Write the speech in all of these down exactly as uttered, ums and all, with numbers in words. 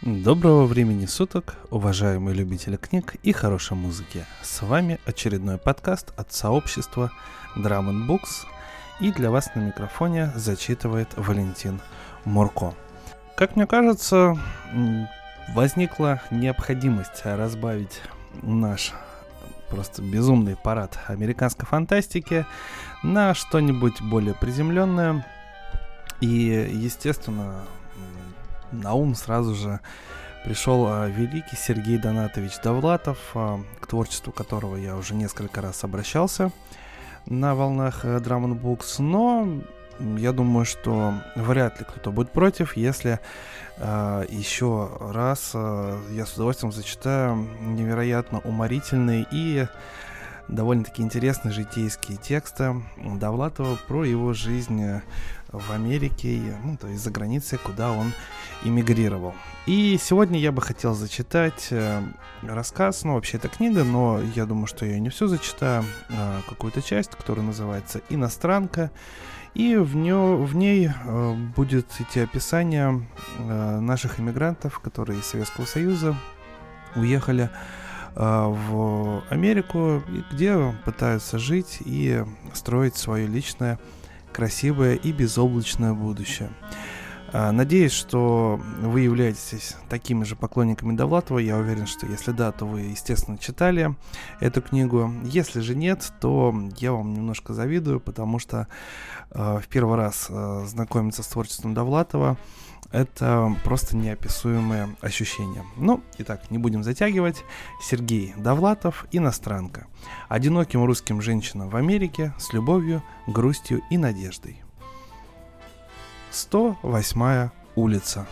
Доброго времени суток, уважаемые любители книг и хорошей музыки. С вами очередной подкаст от сообщества Drum and Books, и для вас на микрофоне зачитывает Валентин Мурко. Как мне кажется, возникла необходимость разбавить наш просто безумный парад американской фантастики на что-нибудь более приземленное. И, естественно, на ум сразу же пришел а, великий Сергей Донатович Довлатов, а, к творчеству которого я уже несколько раз обращался на волнах а, Drum and Books, но я думаю, что вряд ли кто-то будет против, если а, еще раз а, я с удовольствием зачитаю невероятно уморительные и довольно-таки интересные житейские тексты Довлатова про его жизнь в Америке, ну, то есть за границей, куда он эмигрировал. И сегодня я бы хотел зачитать э, рассказ, ну, вообще это книга, но я думаю, что я не всю зачитаю, а какую-то часть, которая называется «Иностранка», и в, нё, в ней э, будет идти описание э, наших эмигрантов, которые из Советского Союза уехали э, в Америку, где пытаются жить и строить свое личное красивое и безоблачное будущее. Надеюсь, что вы являетесь такими же поклонниками Довлатова. Я уверен, что если да, то вы, естественно, читали эту книгу. Если же нет, то я вам немножко завидую, потому что э, в первый раз э, знакомиться с творчеством Довлатова — это просто неописуемое ощущение. Ну, итак, не будем затягивать. Сергей Довлатов, «Иностранка». Одиноким русским женщинам в Америке с любовью, грустью и надеждой. сто восьмая улица.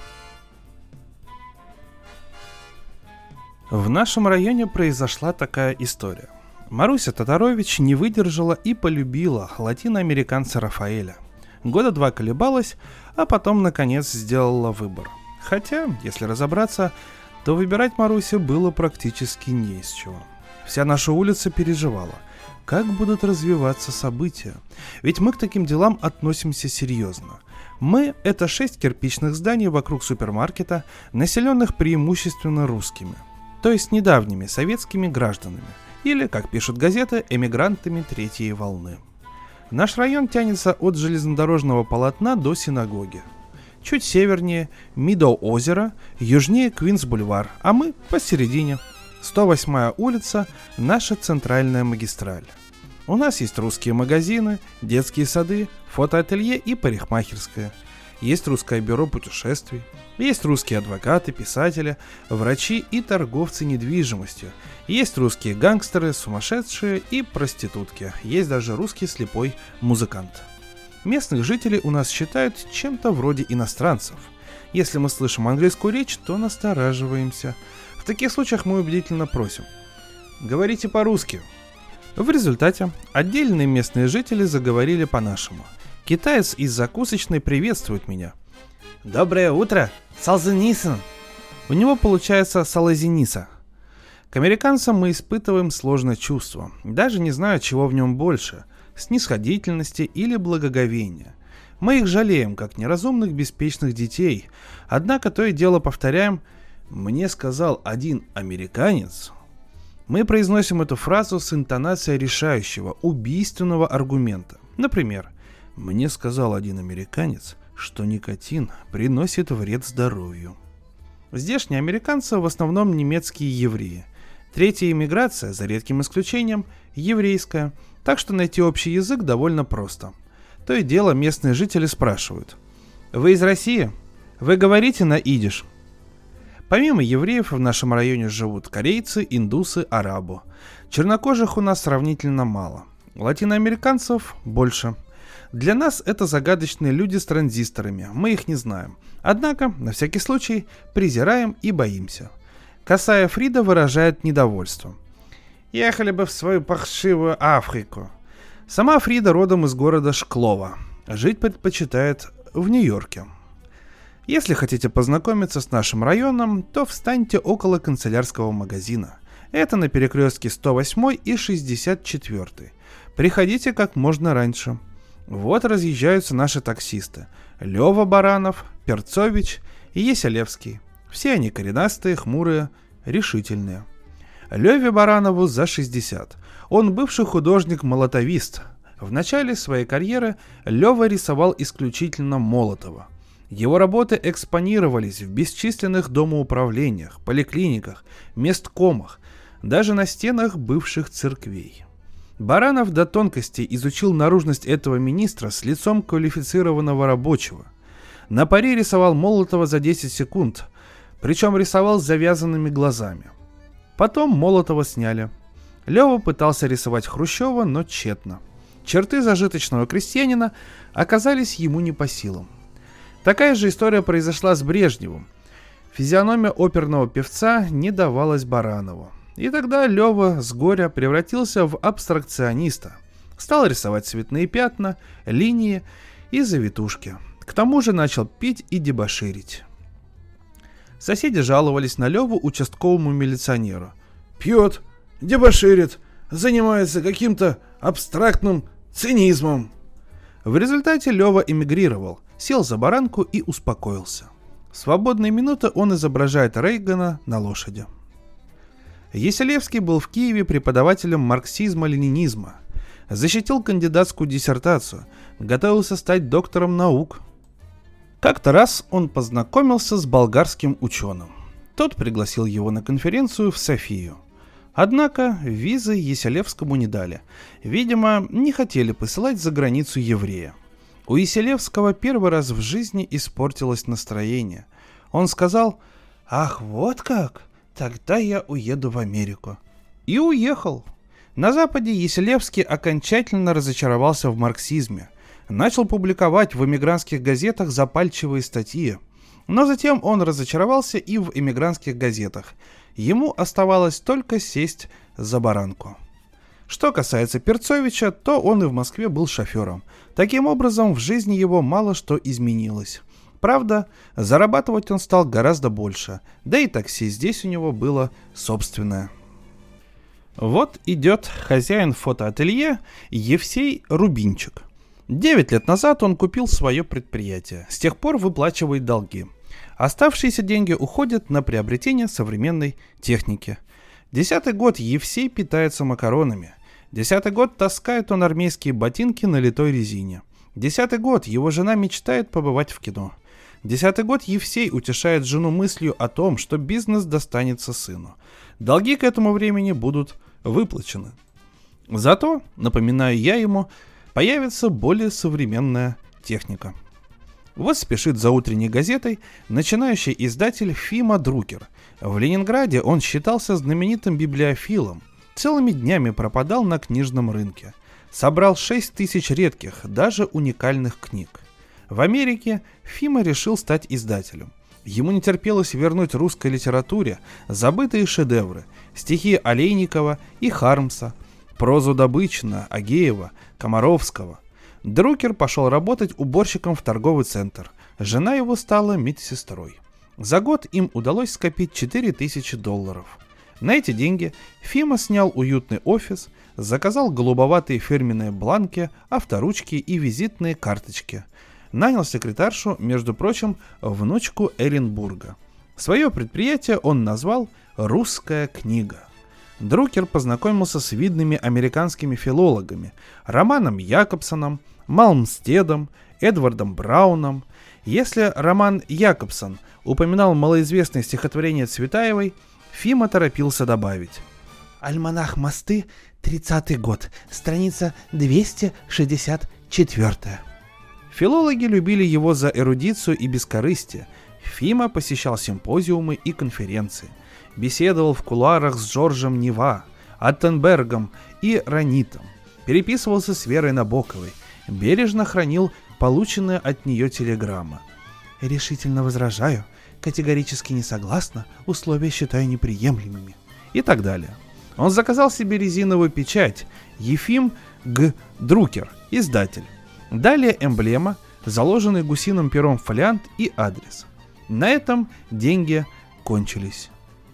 В нашем районе произошла такая история. Маруся Татарович не выдержала и полюбила латиноамериканца Рафаэля. Года два колебалась, а потом, наконец, сделала выбор. Хотя, если разобраться, то выбирать Марусе было практически не из чего. Вся наша улица переживала, как будут развиваться события. Ведь мы к таким делам относимся серьезно. Мы – это шесть кирпичных зданий вокруг супермаркета, населенных преимущественно русскими, то есть недавними советскими гражданами, или, как пишут газеты, эмигрантами третьей волны. Наш район тянется от железнодорожного полотна до синагоги. Чуть севернее – Мидоу-озеро, южнее – Квинс-бульвар, а мы посередине. сто восьмая улица – наша центральная магистраль. У нас есть русские магазины, детские сады, фотоателье и парикмахерская. Есть русское бюро путешествий. Есть русские адвокаты, писатели, врачи и торговцы недвижимостью. Есть русские гангстеры, сумасшедшие и проститутки. Есть даже русский слепой музыкант. Местных жителей у нас считают чем-то вроде иностранцев. Если мы слышим английскую речь, то настораживаемся. В таких случаях мы убедительно просим: говорите по-русски. В результате отдельные местные жители заговорили по-нашему. Китаец из закусочной приветствует меня. «Доброе утро, Солженицын!» У него получается Солозеница. К американцам мы испытываем сложное чувство, даже не знаю, чего в нем больше – снисходительности или благоговения. Мы их жалеем, как неразумных беспечных детей, однако то и дело повторяем: «Мне сказал один американец». Мы произносим эту фразу с интонацией решающего, убийственного аргумента. Например, «Мне сказал один американец, что никотин приносит вред здоровью». Здешние американцы в основном немецкие евреи. Третья иммиграция, за редким исключением, еврейская, так что найти общий язык довольно просто. То и дело местные жители спрашивают: «Вы из России? Вы говорите на идиш?» Помимо евреев в нашем районе живут корейцы, индусы, арабы. Чернокожих у нас сравнительно мало. Латиноамериканцев больше. Для нас это загадочные люди с транзисторами, мы их не знаем. Однако, на всякий случай, презираем и боимся. Косая Фрида выражает недовольство. «Ехали бы в свою паршивую Африку». Сама Фрида родом из города Шклово. Жить предпочитает в Нью-Йорке. Если хотите познакомиться с нашим районом, то встаньте около канцелярского магазина. Это на перекрестке сто восьмой и шестьдесят четвёртой. Приходите как можно раньше. Вот разъезжаются наши таксисты: Лёва Баранов, Перцович и Еселевский. Все они коренастые, хмурые, решительные. Леве Баранову за шестьдесят. Он бывший художник-молотовист. В начале своей карьеры Лева рисовал исключительно Молотова. Его работы экспонировались в бесчисленных домоуправлениях, поликлиниках, месткомах, даже на стенах бывших церквей. Баранов до тонкостей изучил наружность этого министра с лицом квалифицированного рабочего. На паре рисовал Молотова за десять секунд, причем рисовал с завязанными глазами. Потом Молотова сняли. Лева пытался рисовать Хрущева, но тщетно. Черты зажиточного крестьянина оказались ему не по силам. Такая же история произошла с Брежневым. Физиономия оперного певца не давалась Баранову. И тогда Лева с горя превратился в абстракциониста. Стал рисовать цветные пятна, линии и завитушки. К тому же начал пить и дебоширить. Соседи жаловались на Леву участковому милиционеру. «Пьет, дебоширит, занимается каким-то абстрактным цинизмом». В результате Лева эмигрировал, сел за баранку и успокоился. В свободные минуты он изображает Рейгана на лошади. Яселевский был в Киеве преподавателем марксизма-ленинизма. Защитил кандидатскую диссертацию, готовился стать доктором наук. Как-то раз он познакомился с болгарским ученым. Тот пригласил его на конференцию в Софию. Однако визы Яселевскому не дали. Видимо, не хотели посылать за границу еврея. У Яселевского первый раз в жизни испортилось настроение. Он сказал: «Ах, вот как? Тогда я уеду в Америку». И уехал. На Западе Яселевский окончательно разочаровался в марксизме. Начал публиковать в эмигрантских газетах запальчивые статьи. Но затем он разочаровался и в эмигрантских газетах. Ему оставалось только сесть за баранку. Что касается Перцовича, то он и в Москве был шофером. Таким образом, в жизни его мало что изменилось. Правда, зарабатывать он стал гораздо больше, да и такси здесь у него было собственное. Вот идет хозяин фотоателье Евсей Рубинчик. Девять лет назад он купил свое предприятие, с тех пор выплачивает долги. Оставшиеся деньги уходят на приобретение современной техники. Десятый год Евсей питается макаронами. Десятый год таскает он армейские ботинки на литой резине. Десятый год его жена мечтает побывать в кино. Десятый год Евсей утешает жену мыслью о том, что бизнес достанется сыну. Долги к этому времени будут выплачены. Зато, напоминаю я ему, появится более современная техника. Вот спешит за утренней газетой начинающий издатель Фима Друкер. В Ленинграде он считался знаменитым библиофилом. Целыми днями пропадал на книжном рынке. Собрал шесть тысяч редких, даже уникальных книг. В Америке Фима решил стать издателем. Ему не терпелось вернуть русской литературе забытые шедевры, стихи Олейникова и Хармса, прозу Добычина, Агеева, Комаровского. Друкер пошел работать уборщиком в торговый центр. Жена его стала медсестрой. За год им удалось скопить четыре тысячи долларов. На эти деньги Фима снял уютный офис, заказал голубоватые фирменные бланки, авторучки и визитные карточки. Нанял секретаршу, между прочим, внучку Эренбурга. Свое предприятие он назвал «Русская книга». Друкер познакомился с видными американскими филологами Романом Якобсоном, Малмстедом, Эдвардом Брауном. Если Роман Якобсон упоминал малоизвестное стихотворение Цветаевой, Фима торопился добавить: «Альманах Мосты, тридцатый год, страница двести шестьдесят четыре». Филологи любили его за эрудицию и бескорыстие. Фима посещал симпозиумы и конференции. Беседовал в кулуарах с Жоржем Нева, Аттенбергом и Ранитом. Переписывался с Верой Набоковой. Бережно хранил полученные от нее телеграммы. «Решительно возражаю, категорически не согласна, условия считаю неприемлемыми». И так далее. Он заказал себе резиновую печать Ефим Г. Друкер, издатель. Далее эмблема, заложенный гусиным пером фолиант и адрес. На этом деньги кончились.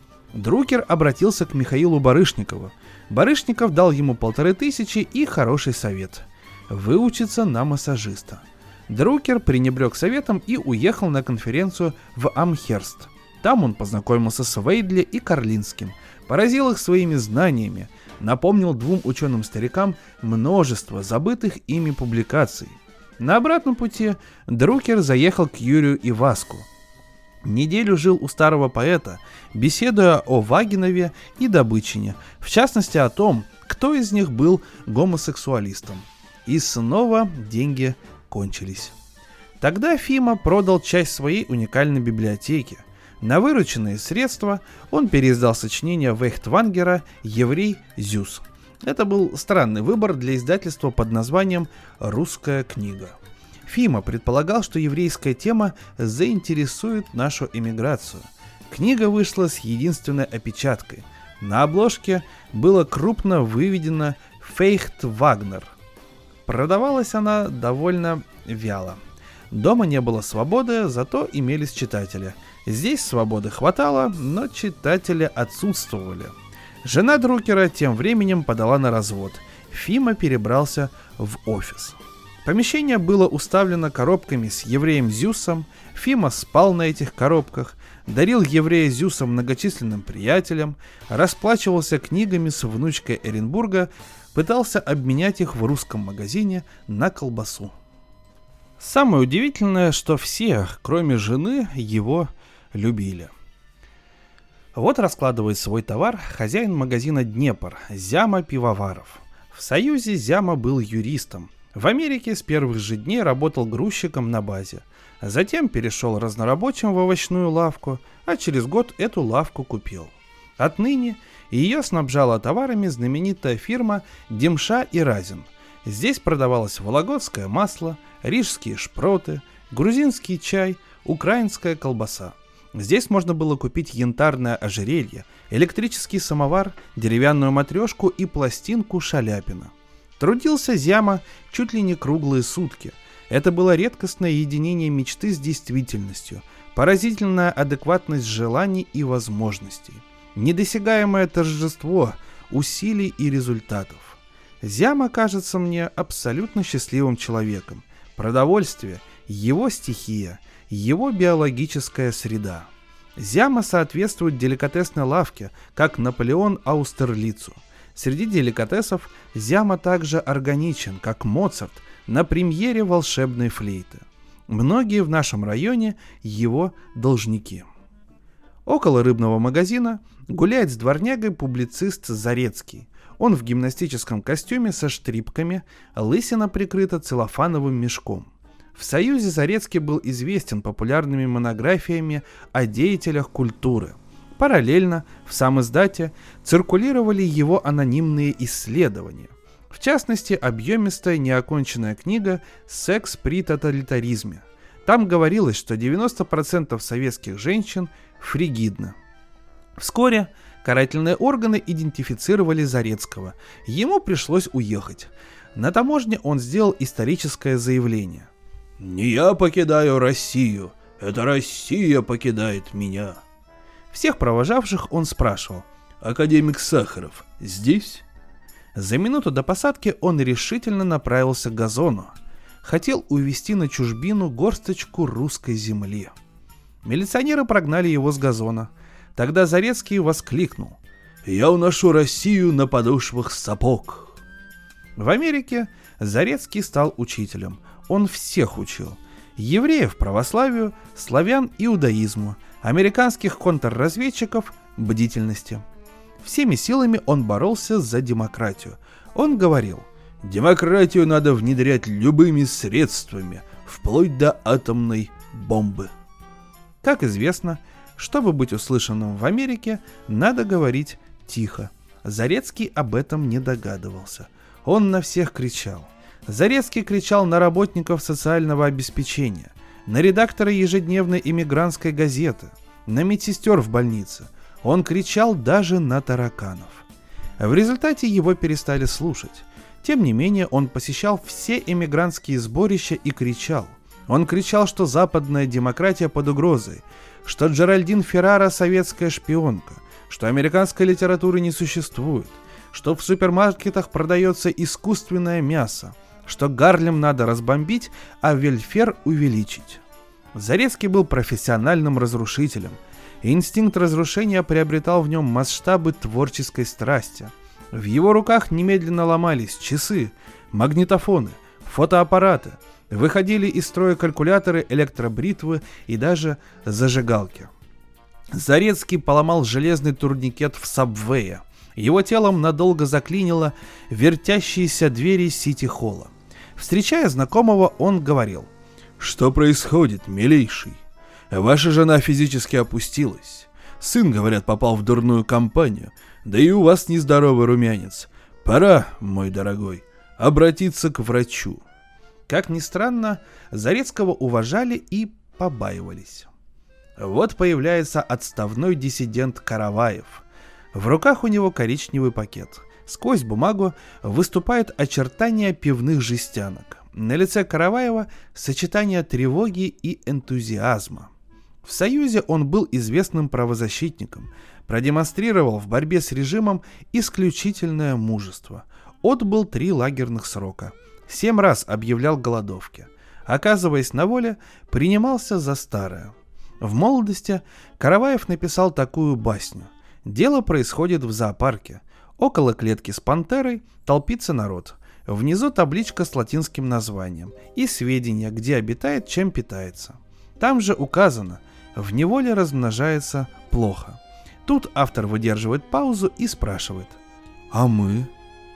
Друкер обратился к Михаилу Барышникову. Барышников дал ему полторы тысячи и хороший совет – выучиться на массажиста. Друкер пренебрег советом и уехал на конференцию в Амхерст. Там он познакомился с Вейдли и Карлинским, поразил их своими знаниями, напомнил двум ученым-старикам множество забытых ими публикаций. На обратном пути Друкер заехал к Юрию Иваску. Неделю жил у старого поэта, беседуя о Вагинове и Добычине, в частности о том, кто из них был гомосексуалистом. И снова деньги кончились. Тогда Фима продал часть своей уникальной библиотеки. На вырученные средства он переиздал сочинение Вейхтвангера «Еврей Зюс». Это был странный выбор для издательства под названием «Русская книга». Фима предполагал, что еврейская тема заинтересует нашу эмиграцию. Книга вышла с единственной опечаткой. На обложке было крупно выведено «Фейхтвагнер». Продавалась она довольно вяло. Дома не было свободы, зато имелись читатели. Здесь свободы хватало, но читатели отсутствовали. Жена Друкера тем временем подала на развод. Фима перебрался в офис. Помещение было уставлено коробками с евреем Зюсом. Фима спал на этих коробках, дарил еврея Зюса многочисленным приятелям, расплачивался книгами с внучкой Эренбурга, пытался обменять их в русском магазине на колбасу. Самое удивительное, что все, кроме жены, его любили. Вот раскладывает свой товар хозяин магазина «Днепр» Зяма Пивоваров. В Союзе Зяма был юристом. В Америке с первых же дней работал грузчиком на базе. Затем перешел разнорабочим в овощную лавку, а через год эту лавку купил. Отныне ее снабжала товарами знаменитая фирма «Демша и Разин». Здесь продавалось вологодское масло, рижские шпроты, грузинский чай, украинская колбаса. Здесь можно было купить янтарное ожерелье, электрический самовар, деревянную матрешку и пластинку Шаляпина. Трудился Зяма чуть ли не круглые сутки. Это было редкостное единение мечты с действительностью, поразительная адекватность желаний и возможностей, недосягаемое торжество усилий и результатов. Зяма кажется мне абсолютно счастливым человеком. Продовольствие – его стихия, его биологическая среда. Зяма соответствует деликатесной лавке, как Наполеон Аустерлицу. Среди деликатесов Зяма также органичен, как Моцарт на премьере волшебной флейты. Многие в нашем районе его должники. Около рыбного магазина гуляет с дворнягой публицист Зарецкий. Он в гимнастическом костюме со штрипками, лысина прикрыта целлофановым мешком. В Союзе Зарецкий был известен популярными монографиями о деятелях культуры. Параллельно в самиздате циркулировали его анонимные исследования. В частности, объемистая неоконченная книга «Секс при тоталитаризме». Там говорилось, что девяносто процентов советских женщин фригидны. Вскоре карательные органы идентифицировали Зарецкого. Ему пришлось уехать. На таможне он сделал историческое заявление. «Не я покидаю Россию, это Россия покидает меня». Всех провожавших он спрашивал: «Академик Сахаров здесь?» За минуту до посадки он решительно направился к газону. Хотел увезти на чужбину горсточку русской земли. Милиционеры прогнали его с газона. Тогда Зарецкий воскликнул: «Я уношу Россию на подошвах сапог». В Америке Зарецкий стал учителем. Он всех учил: евреев православию, славян иудаизму, американских контрразведчиков бдительности. Всеми силами он боролся за демократию. Он говорил: «Демократию надо внедрять любыми средствами, вплоть до атомной бомбы». Как известно, чтобы быть услышанным в Америке, надо говорить тихо. Зарецкий об этом не догадывался. Он на всех кричал. Зарецкий кричал на работников социального обеспечения, на редактора ежедневной иммигрантской газеты, на медсестер в больнице. Он кричал даже на тараканов. В результате его перестали слушать. Тем не менее, он посещал все эмигрантские сборища и кричал. Он кричал, что западная демократия под угрозой, что Джеральдин Феррара советская шпионка, что американской литературы не существует, что в супермаркетах продается искусственное мясо, что Гарлем надо разбомбить, а Вельфер увеличить. Зарецкий был профессиональным разрушителем. Инстинкт разрушения приобретал в нем масштабы творческой страсти. В его руках немедленно ломались часы, магнитофоны, фотоаппараты, выходили из строя калькуляторы, электробритвы и даже зажигалки. Зарецкий поломал железный турникет в сабвее. Его телом надолго заклинило вертящиеся двери сити-холла. Встречая знакомого, он говорил: «Что происходит, милейший? Ваша жена физически опустилась. Сын, говорят, попал в дурную компанию. Да и у вас нездоровый румянец. Пора, мой дорогой, обратиться к врачу». Как ни странно, Зарецкого уважали и побаивались. Вот появляется отставной диссидент Караваев. В руках у него коричневый пакет. Сквозь бумагу выступают очертания пивных жестянок. На лице Караваева сочетание тревоги и энтузиазма. В Союзе он был известным правозащитником, продемонстрировал в борьбе с режимом исключительное мужество. Отбыл три лагерных срока. Семь раз объявлял голодовки. Оказываясь на воле, принимался за старое. В молодости Караваев написал такую басню. Дело происходит в зоопарке. Около клетки с пантерой толпится народ. Внизу табличка с латинским названием и сведения, где обитает, чем питается. Там же указано: в неволе размножается плохо. Тут автор выдерживает паузу и спрашивает: «А мы?»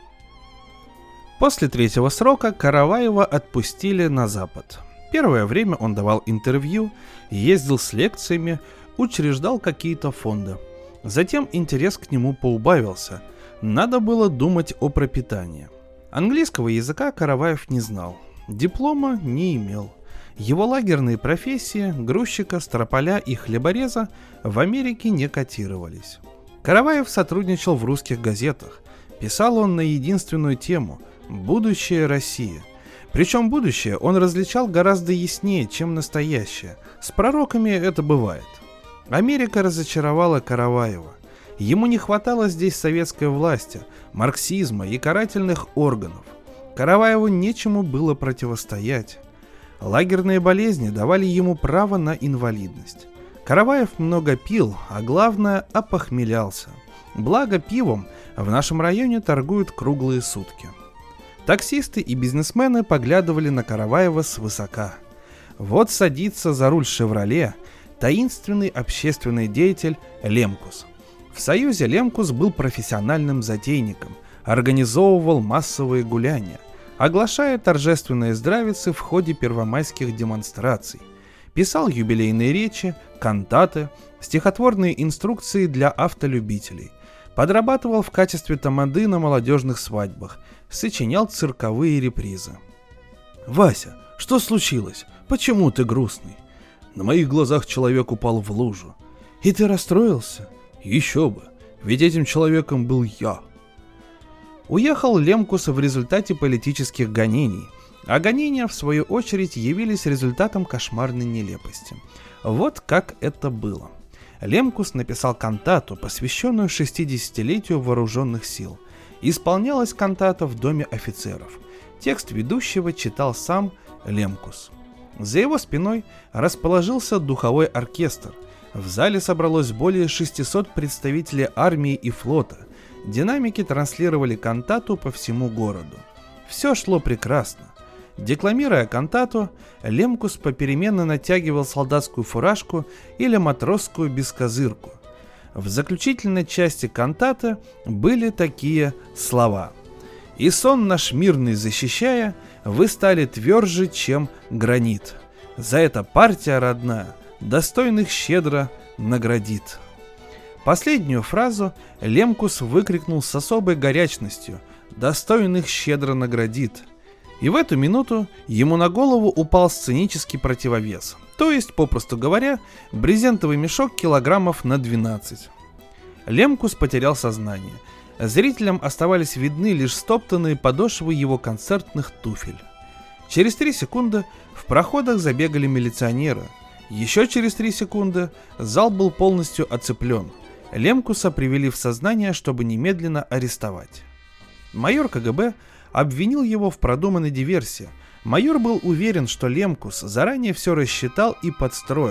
После третьего срока Караваева отпустили на Запад. Первое время он давал интервью, ездил с лекциями, учреждал какие-то фонды. Затем интерес к нему поубавился. Надо было думать о пропитании. Английского языка Караваев не знал, диплома не имел. Его лагерные профессии, грузчика, строполя и хлебореза, в Америке не котировались. Караваев сотрудничал в русских газетах. Писал он на единственную тему – «Будущее России». Причем будущее он различал гораздо яснее, чем настоящее. С пророками это бывает. Америка разочаровала Караваева. Ему не хватало здесь советской власти, марксизма и карательных органов. Караваеву нечему было противостоять. Лагерные болезни давали ему право на инвалидность. Караваев много пил, а главное – опохмелялся. Благо пивом в нашем районе торгуют круглые сутки. Таксисты и бизнесмены поглядывали на Караваева свысока. Вот садится за руль «Шевроле» таинственный общественный деятель Лемкус. В Союзе Лемкус был профессиональным затейником, организовывал массовые гуляния, оглашая торжественные здравицы в ходе первомайских демонстраций, писал юбилейные речи, кантаты, стихотворные инструкции для автолюбителей, подрабатывал в качестве тамады на молодежных свадьбах, сочинял цирковые репризы. «Вася, что случилось? Почему ты грустный?» «На моих глазах человек упал в лужу». «И ты расстроился?» «Еще бы, ведь этим человеком был я». Уехал Лемкус в результате политических гонений, а гонения, в свою очередь, явились результатом кошмарной нелепости. Вот как это было. Лемкус написал кантату, посвященную шестидесятилетию вооруженных сил. Исполнялась кантата в доме офицеров. Текст ведущего читал сам Лемкус. За его спиной расположился духовой оркестр. В зале собралось более шестисот представителей армии и флота. Динамики транслировали кантату по всему городу. Все шло прекрасно. Декламируя кантату, Лемкус попеременно натягивал солдатскую фуражку или матросскую бескозырку. В заключительной части кантаты были такие слова: «И сон наш мирный защищая, вы стали тверже, чем гранит. За это партия родная достойных щедро наградит». Последнюю фразу Лемкус выкрикнул с особой горячностью: «Достойных щедро наградит». И в эту минуту ему на голову упал сценический противовес, то есть, попросту говоря, брезентовый мешок килограммов на двенадцать. Лемкус потерял сознание. Зрителям оставались видны лишь стоптанные подошвы его концертных туфель. Через три секунды в проходах забегали милиционеры. Еще через три секунды зал был полностью оцеплен. Лемкуса привели в сознание, чтобы немедленно арестовать. Майор ка гэ бэ обвинил его в продуманной диверсии. Майор был уверен, что Лемкус заранее все рассчитал и подстроил,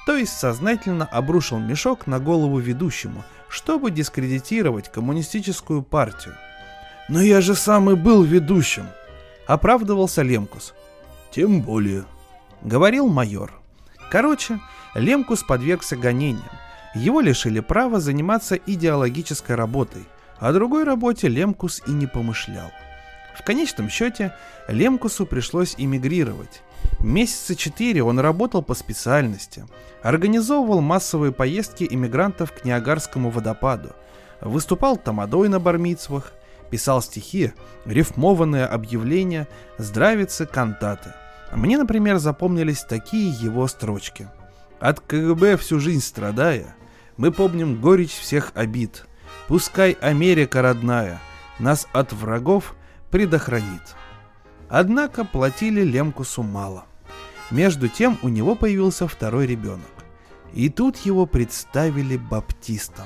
то есть сознательно обрушил мешок на голову ведущему, чтобы дискредитировать коммунистическую партию. «Но я же сам и был ведущим», — оправдывался Лемкус. «Тем более», — говорил майор. Короче, Лемкус подвергся гонениям. Его лишили права заниматься идеологической работой, о другой работе Лемкус и не помышлял. В конечном счете, Лемкусу пришлось эмигрировать. Месяца четыре он работал по специальности, организовывал массовые поездки эмигрантов к Ниагарскому водопаду, выступал тамадой на бармицвах, писал стихи, рифмованные объявления, здравицы, кантаты. Мне, например, запомнились такие его строчки. «От КГБ всю жизнь страдая, мы помним горечь всех обид. Пускай Америка родная нас от врагов предохранит». Однако платили Лемкусу мало. Между тем у него появился второй ребенок. И тут его представили баптистам.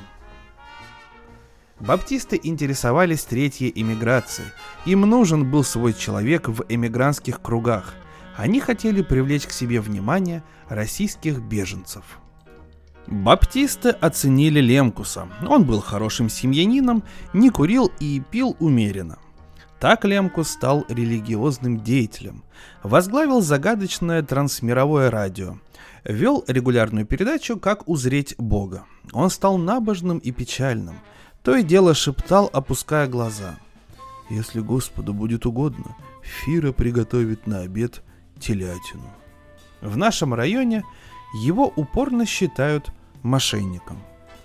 Баптисты интересовались третьей эмиграцией. Им нужен был свой человек в эмигрантских кругах. Они хотели привлечь к себе внимание российских беженцев. Баптисты оценили Лемкуса. Он был хорошим семьянином, не курил и пил умеренно. Так Лемкус стал религиозным деятелем, возглавил загадочное трансмировое радио, вел регулярную передачу «Как узреть Бога». Он стал набожным и печальным, то и дело шептал, опуская глаза: «Если Господу будет угодно, Фира приготовит на обед телятину». В нашем районе его упорно считают мошенником.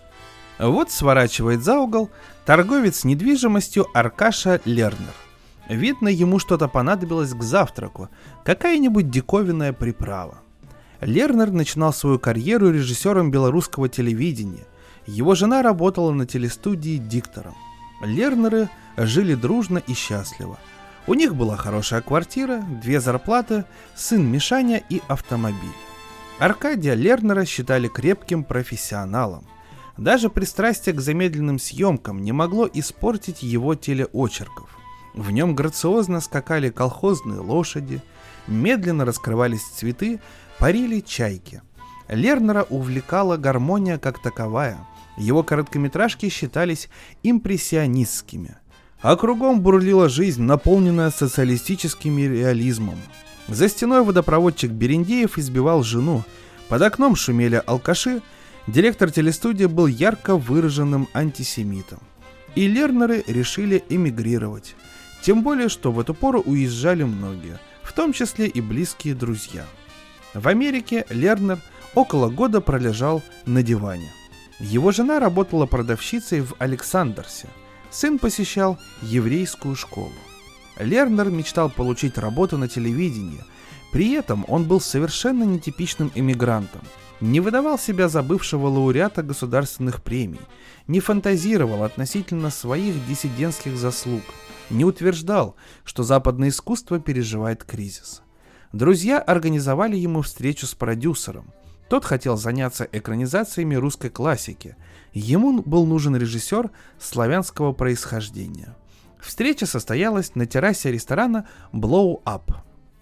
Вот сворачивает за угол торговец недвижимостью Аркаша Лернер. Видно, ему что-то понадобилось к завтраку, какая-нибудь диковинная приправа. Лернер начинал свою карьеру режиссером белорусского телевидения. Его жена работала на телестудии диктором. Лернеры жили дружно и счастливо. У них была хорошая квартира, две зарплаты, сын Мишаня и автомобиль. Аркадия Лернера считали крепким профессионалом. Даже пристрастие к замедленным съемкам не могло испортить его телеочерков. В нем грациозно скакали колхозные лошади, медленно раскрывались цветы, парили чайки. Лернера увлекала гармония как таковая. Его короткометражки считались импрессионистскими. А кругом бурлила жизнь, наполненная социалистическим реализмом. За стеной водопроводчик Берендеев избивал жену, под окном шумели алкаши, директор телестудии был ярко выраженным антисемитом. И Лернеры решили эмигрировать. Тем более, что в эту пору уезжали многие, в том числе и близкие друзья. В Америке Лернер около года пролежал на диване. Его жена работала продавщицей в Александрсе. Сын посещал еврейскую школу. Лернер мечтал получить работу на телевидении. При этом он был совершенно нетипичным эмигрантом. Не выдавал себя за бывшего лауреата государственных премий, не фантазировал относительно своих диссидентских заслуг, не утверждал, что западное искусство переживает кризис. Друзья организовали ему встречу с продюсером. Тот хотел заняться экранизациями русской классики. Ему был нужен режиссер славянского происхождения. Встреча состоялась на террасе ресторана Blow Up.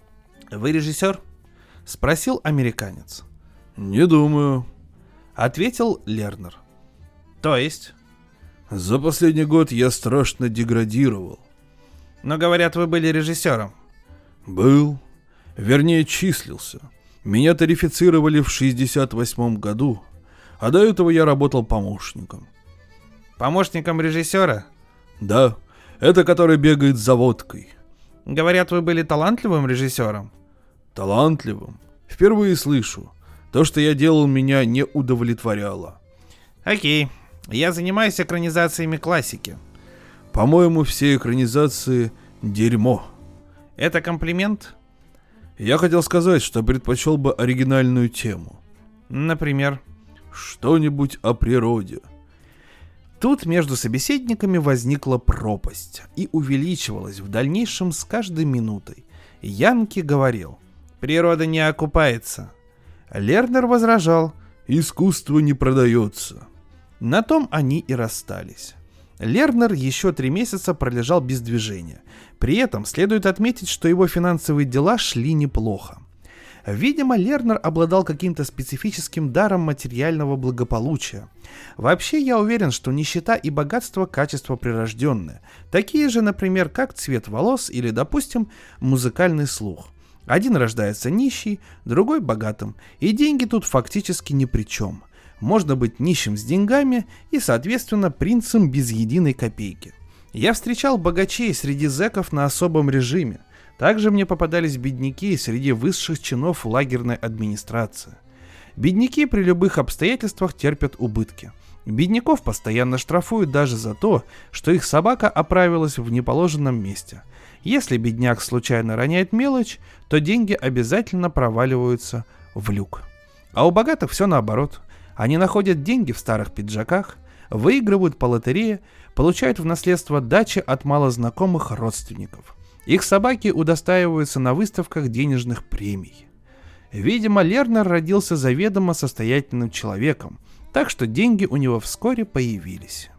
«Вы режиссер?» — спросил американец. «Не думаю», — ответил Лернер. «То есть?» «За последний год я страшно деградировал». «Но, говорят, вы были режиссером». «Был. Вернее, числился. Меня тарифицировали в шестьдесят восьмом году, а до этого я работал помощником». «Помощником режиссера?» «Да, это который бегает за водкой». «Говорят, вы были талантливым режиссером». «Талантливым? Впервые слышу. То, что я делал, меня не удовлетворяло». «Окей, я занимаюсь экранизациями классики». «По-моему, все экранизации — дерьмо». «Это комплимент?» «Я хотел сказать, что предпочел бы оригинальную тему». «Например?» «Что-нибудь о природе». Тут между собеседниками возникла пропасть и увеличивалась в дальнейшем с каждой минутой. Янки говорил: «Природа не окупается». Лернер возражал: «Искусство не продается». На том они и расстались. Лернер еще три месяца пролежал без движения. При этом следует отметить, что его финансовые дела шли неплохо. Видимо, Лернер обладал каким-то специфическим даром материального благополучия. Вообще, я уверен, что нищета и богатство – качества прирожденные. Такие же, например, как цвет волос или, допустим, музыкальный слух. Один рождается нищий, другой богатым, и деньги тут фактически ни при чем. Можно быть нищим с деньгами и, соответственно, принцем без единой копейки. Я встречал богачей среди зэков на особом режиме. Также мне попадались бедняки среди высших чинов лагерной администрации. Бедняки при любых обстоятельствах терпят убытки. Бедняков постоянно штрафуют даже за то, что их собака оправилась в неположенном месте. Если бедняк случайно роняет мелочь, то деньги обязательно проваливаются в люк. А у богатых все наоборот. Они находят деньги в старых пиджаках, выигрывают по лотерее, получают в наследство дачи от малознакомых родственников. Их собаки удостаиваются на выставках денежных премий. Видимо, Лернер родился заведомо состоятельным человеком, так что деньги у него вскоре появились.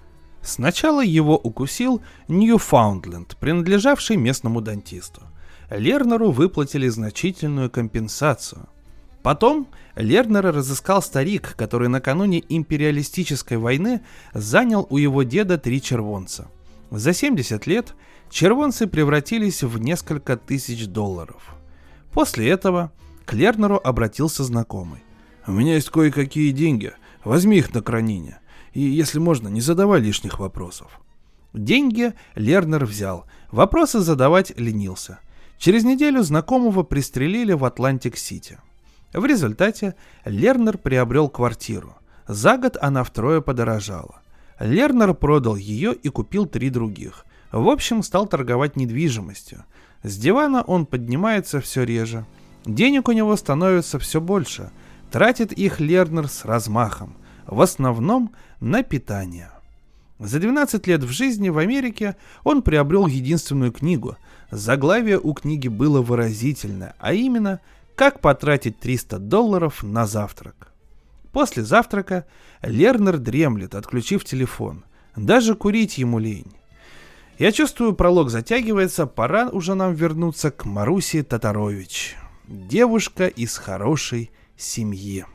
Сначала его укусил Ньюфаундленд, принадлежавший местному дантисту. Лернеру выплатили значительную компенсацию. Потом Лернера разыскал старик, который накануне империалистической войны занял у его деда три червонца. За семьдесят лет червонцы превратились в несколько тысяч долларов. После этого к Лернеру обратился знакомый. «У меня есть кое-какие деньги, возьми их на хранение, и, если можно, не задавай лишних вопросов». Деньги Лернер взял, вопросы задавать ленился. Через неделю знакомого пристрелили в Атлантик-Сити. В результате Лернер приобрел квартиру. За год она втрое подорожала. Лернер продал ее и купил три других. В общем, стал торговать недвижимостью. С дивана он поднимается все реже. Денег у него становится все больше. Тратит их Лернер с размахом. В основном на питание. За двенадцать лет в жизни в Америке он приобрел единственную книгу. Заглавие у книги было выразительное, а именно «Как потратить триста долларов на завтрак». После завтрака Лернер дремлет, отключив телефон. Даже курить ему лень. Я чувствую, пролог затягивается, пора уже нам вернуться к Марусе Татарович. Девушка из хорошей семьи.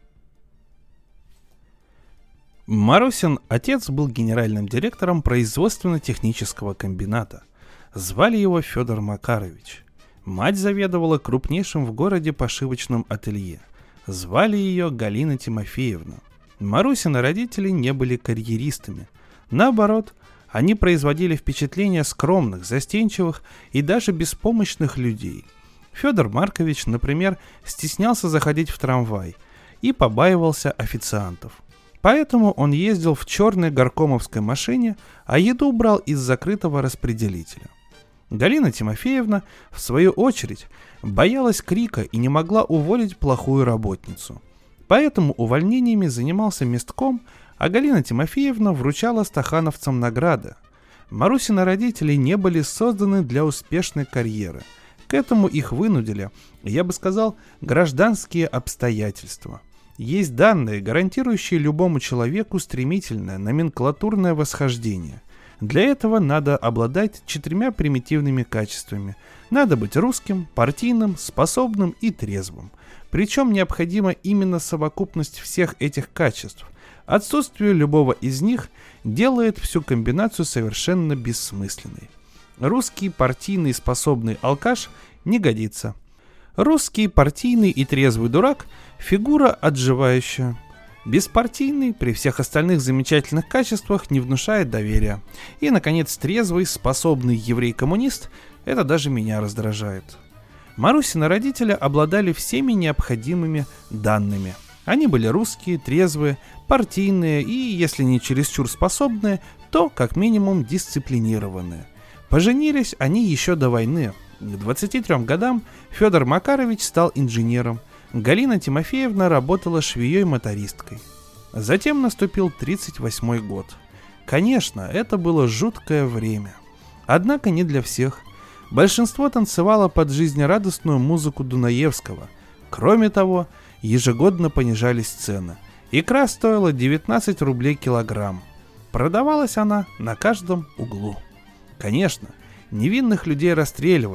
Марусин отец был генеральным директором производственно-технического комбината. Звали его Федор Макарович. Мать заведовала крупнейшим в городе пошивочным ателье. Звали ее Галина Тимофеевна. Марусины родители не были карьеристами. Наоборот, они производили впечатление скромных, застенчивых и даже беспомощных людей. Федор Маркович, например, стеснялся заходить в трамвай и побаивался официантов. Поэтому он ездил в черной горкомовской машине, а еду брал из закрытого распределителя. Галина Тимофеевна, в свою очередь, боялась крика и не могла уволить плохую работницу. Поэтому увольнениями занимался местком, а Галина Тимофеевна вручала стахановцам награды. Марусины родители не были созданы для успешной карьеры. К этому их вынудили, я бы сказал, гражданские обстоятельства. Есть данные, гарантирующие любому человеку стремительное номенклатурное восхождение. Для этого надо обладать четырьмя примитивными качествами. Надо быть русским, партийным, способным и трезвым. Причем необходима именно совокупность всех этих качеств. Отсутствие любого из них делает всю комбинацию совершенно бессмысленной. Русский, партийный, способный алкаш не годится. Русский, партийный и трезвый дурак – фигура отживающая. Беспартийный при всех остальных замечательных качествах не внушает доверия. И, наконец, трезвый, способный еврей-коммунист – это даже меня раздражает. Марусины родители обладали всеми необходимыми данными. Они были русские, трезвые, партийные и, если не чересчур способные, то, как минимум, дисциплинированные. Поженились они еще до войны. К двадцати трём годам Федор Макарович стал инженером. Галина Тимофеевна работала швеей-мотористкой. Затем наступил тридцать восьмой год. Конечно, это было жуткое время. Однако не для всех. Большинство танцевало под жизнерадостную музыку Дунаевского. Кроме того, ежегодно понижались цены. Икра стоила девятнадцать рублей килограмм. Продавалась она на каждом углу. Конечно, невинных людей расстреливали.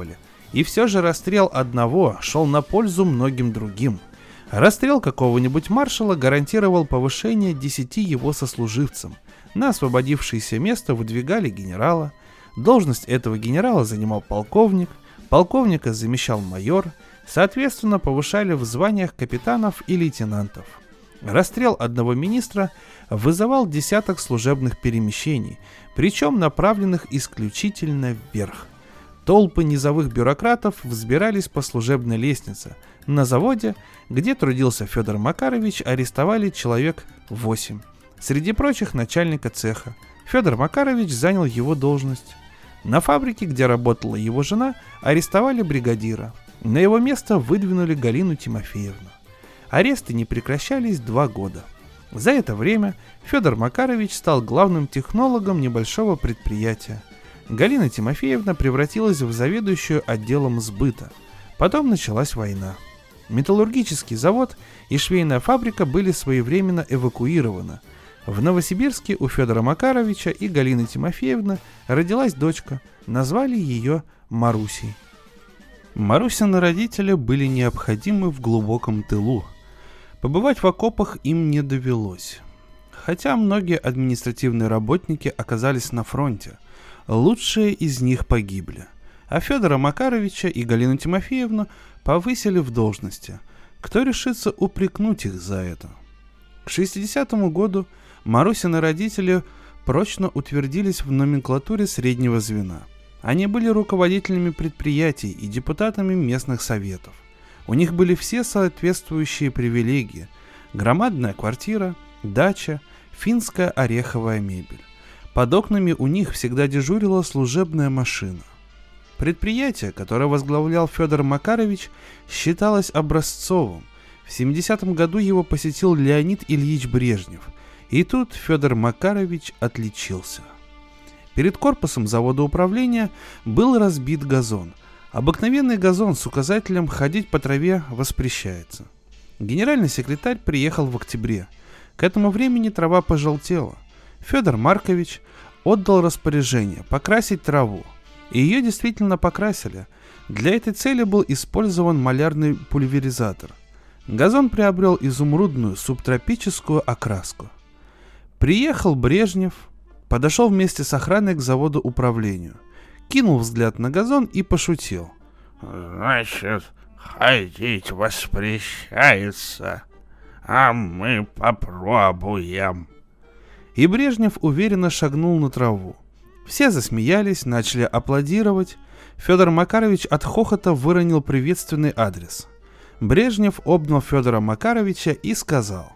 И все же расстрел одного шел на пользу многим другим. Расстрел какого-нибудь маршала гарантировал повышение десяти его сослуживцам. На освободившееся место выдвигали генерала. Должность этого генерала занимал полковник, полковника замещал майор, соответственно, повышали в званиях капитанов и лейтенантов. Расстрел одного министра вызывал десяток служебных перемещений, причем направленных исключительно вверх. Толпы низовых бюрократов взбирались по служебной лестнице. На заводе, где трудился Федор Макарович, арестовали человек восемь. Среди прочих начальника цеха. Федор Макарович занял его должность. На фабрике, где работала его жена, арестовали бригадира. На его место выдвинули Галину Тимофеевну. Аресты не прекращались два года. За это время Федор Макарович стал главным технологом небольшого предприятия. Галина Тимофеевна превратилась в заведующую отделом сбыта. Потом началась война. Металлургический завод и швейная фабрика были своевременно эвакуированы. В Новосибирске у Федора Макаровича и Галины Тимофеевны родилась дочка. Назвали ее Марусей. Марусины родители были необходимы в глубоком тылу. Побывать в окопах им не довелось. Хотя многие административные работники оказались на фронте, лучшие из них погибли. А Федора Макаровича и Галину Тимофеевну повысили в должности. Кто решится упрекнуть их за это? К шестидесятому году Марусины родители прочно утвердились в номенклатуре среднего звена. Они были руководителями предприятий и депутатами местных советов. У них были все соответствующие привилегии: громадная квартира, дача, финская ореховая мебель. Под окнами у них всегда дежурила служебная машина. Предприятие, которое возглавлял Федор Макарович, считалось образцовым. В семидесятом году его посетил Леонид Ильич Брежнев. И тут Федор Макарович отличился. Перед корпусом завода управления был разбит газон. Обыкновенный газон с указателем «Ходить по траве воспрещается». Генеральный секретарь приехал в октябре. К этому времени трава пожелтела. Федор Маркович отдал распоряжение покрасить траву. И ее действительно покрасили. Для этой цели был использован малярный пульверизатор. Газон приобрел изумрудную субтропическую окраску. Приехал Брежнев, подошел вместе с охраной к заводу управлению, кинул взгляд на газон и пошутил. «Значит, ходить воспрещается, а мы попробуем». И Брежнев уверенно шагнул на траву. Все засмеялись, начали аплодировать. Федор Макарович от хохота выронил приветственный адрес. Брежнев обнял Федора Макаровича и сказал: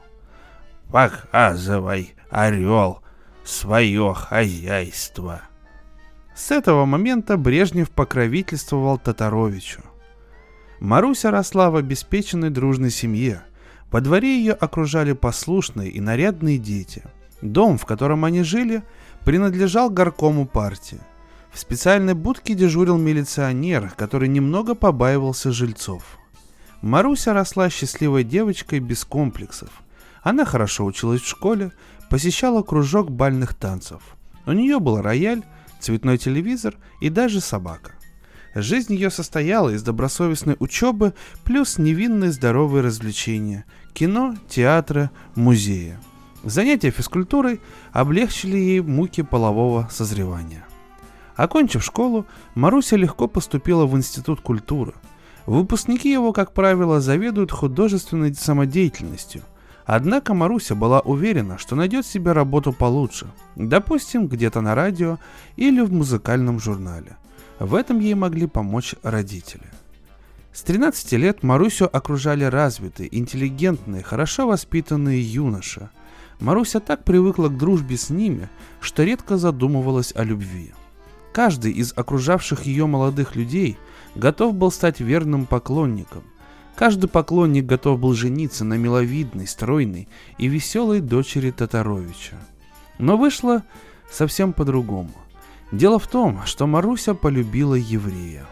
«Показывай, орел, свое хозяйство». С этого момента Брежнев покровительствовал Татаровичу. Маруся росла в обеспеченной дружной семье. Во дворе ее окружали послушные и нарядные дети. Дом, в котором они жили, принадлежал горкому партии. В специальной будке дежурил милиционер, который немного побаивался жильцов. Маруся росла счастливой девочкой без комплексов. Она хорошо училась в школе, посещала кружок бальных танцев. У нее был рояль, цветной телевизор и даже собака. Жизнь ее состояла из добросовестной учебы плюс невинные здоровые развлечения – кино, театры, музеи. Занятия физкультурой облегчили ей муки полового созревания. Окончив школу, Маруся легко поступила в Институт культуры. Выпускники его, как правило, заведуют художественной самодеятельностью. Однако Маруся была уверена, что найдет себе работу получше, допустим, где-то на радио или в музыкальном журнале. В этом ей могли помочь родители. С тринадцати лет Марусю окружали развитые, интеллигентные, хорошо воспитанные юноши. Маруся так привыкла к дружбе с ними, что редко задумывалась о любви. Каждый из окружавших ее молодых людей готов был стать верным поклонником. Каждый поклонник готов был жениться на миловидной, стройной и веселой дочери Татаровича. Но вышло совсем по-другому. Дело в том, что Маруся полюбила еврея.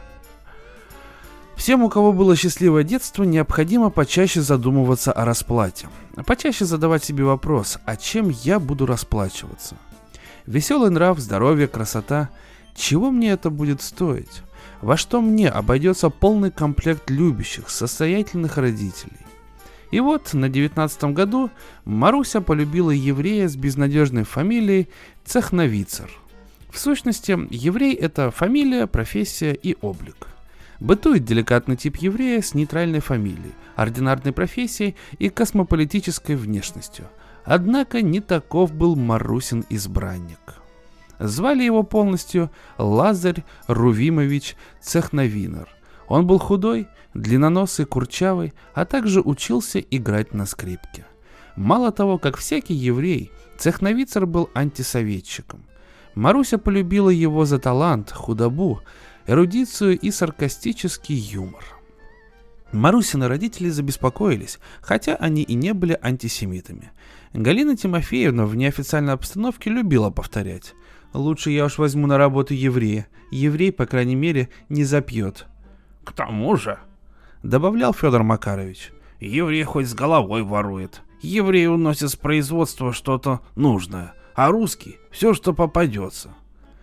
Всем, у кого было счастливое детство, необходимо почаще задумываться о расплате. Почаще задавать себе вопрос: а чем я буду расплачиваться? Веселый нрав, здоровье, красота. Чего мне это будет стоить? во что мне обойдется полный комплект любящих, состоятельных родителей. И вот на девятнадцатом году Маруся полюбила еврея с безнадежной фамилией Цехновицер. В сущности, еврей – это фамилия, профессия и облик. Бытует деликатный тип еврея с нейтральной фамилией, ординарной профессией и космополитической внешностью. Однако не таков был Марусин избранник. Звали его полностью Лазарь Рувимович Цехновинер. Он был худой, длинноносый, курчавый, а также учился играть на скрипке. Мало того, как всякий еврей, Цехновицер был антисоветчиком. Маруся полюбила его за талант, худобу, эрудицию и саркастический юмор. Марусины родители забеспокоились, хотя они и не были антисемитами. Галина Тимофеевна в неофициальной обстановке любила повторять: «Лучше я уж возьму на работу еврея. Еврей, по крайней мере, не запьет». «К тому же», — добавлял Федор Макарович, — «еврей хоть с головой ворует. Еврей уносит с производства что-то нужное, а русский — все, что попадется».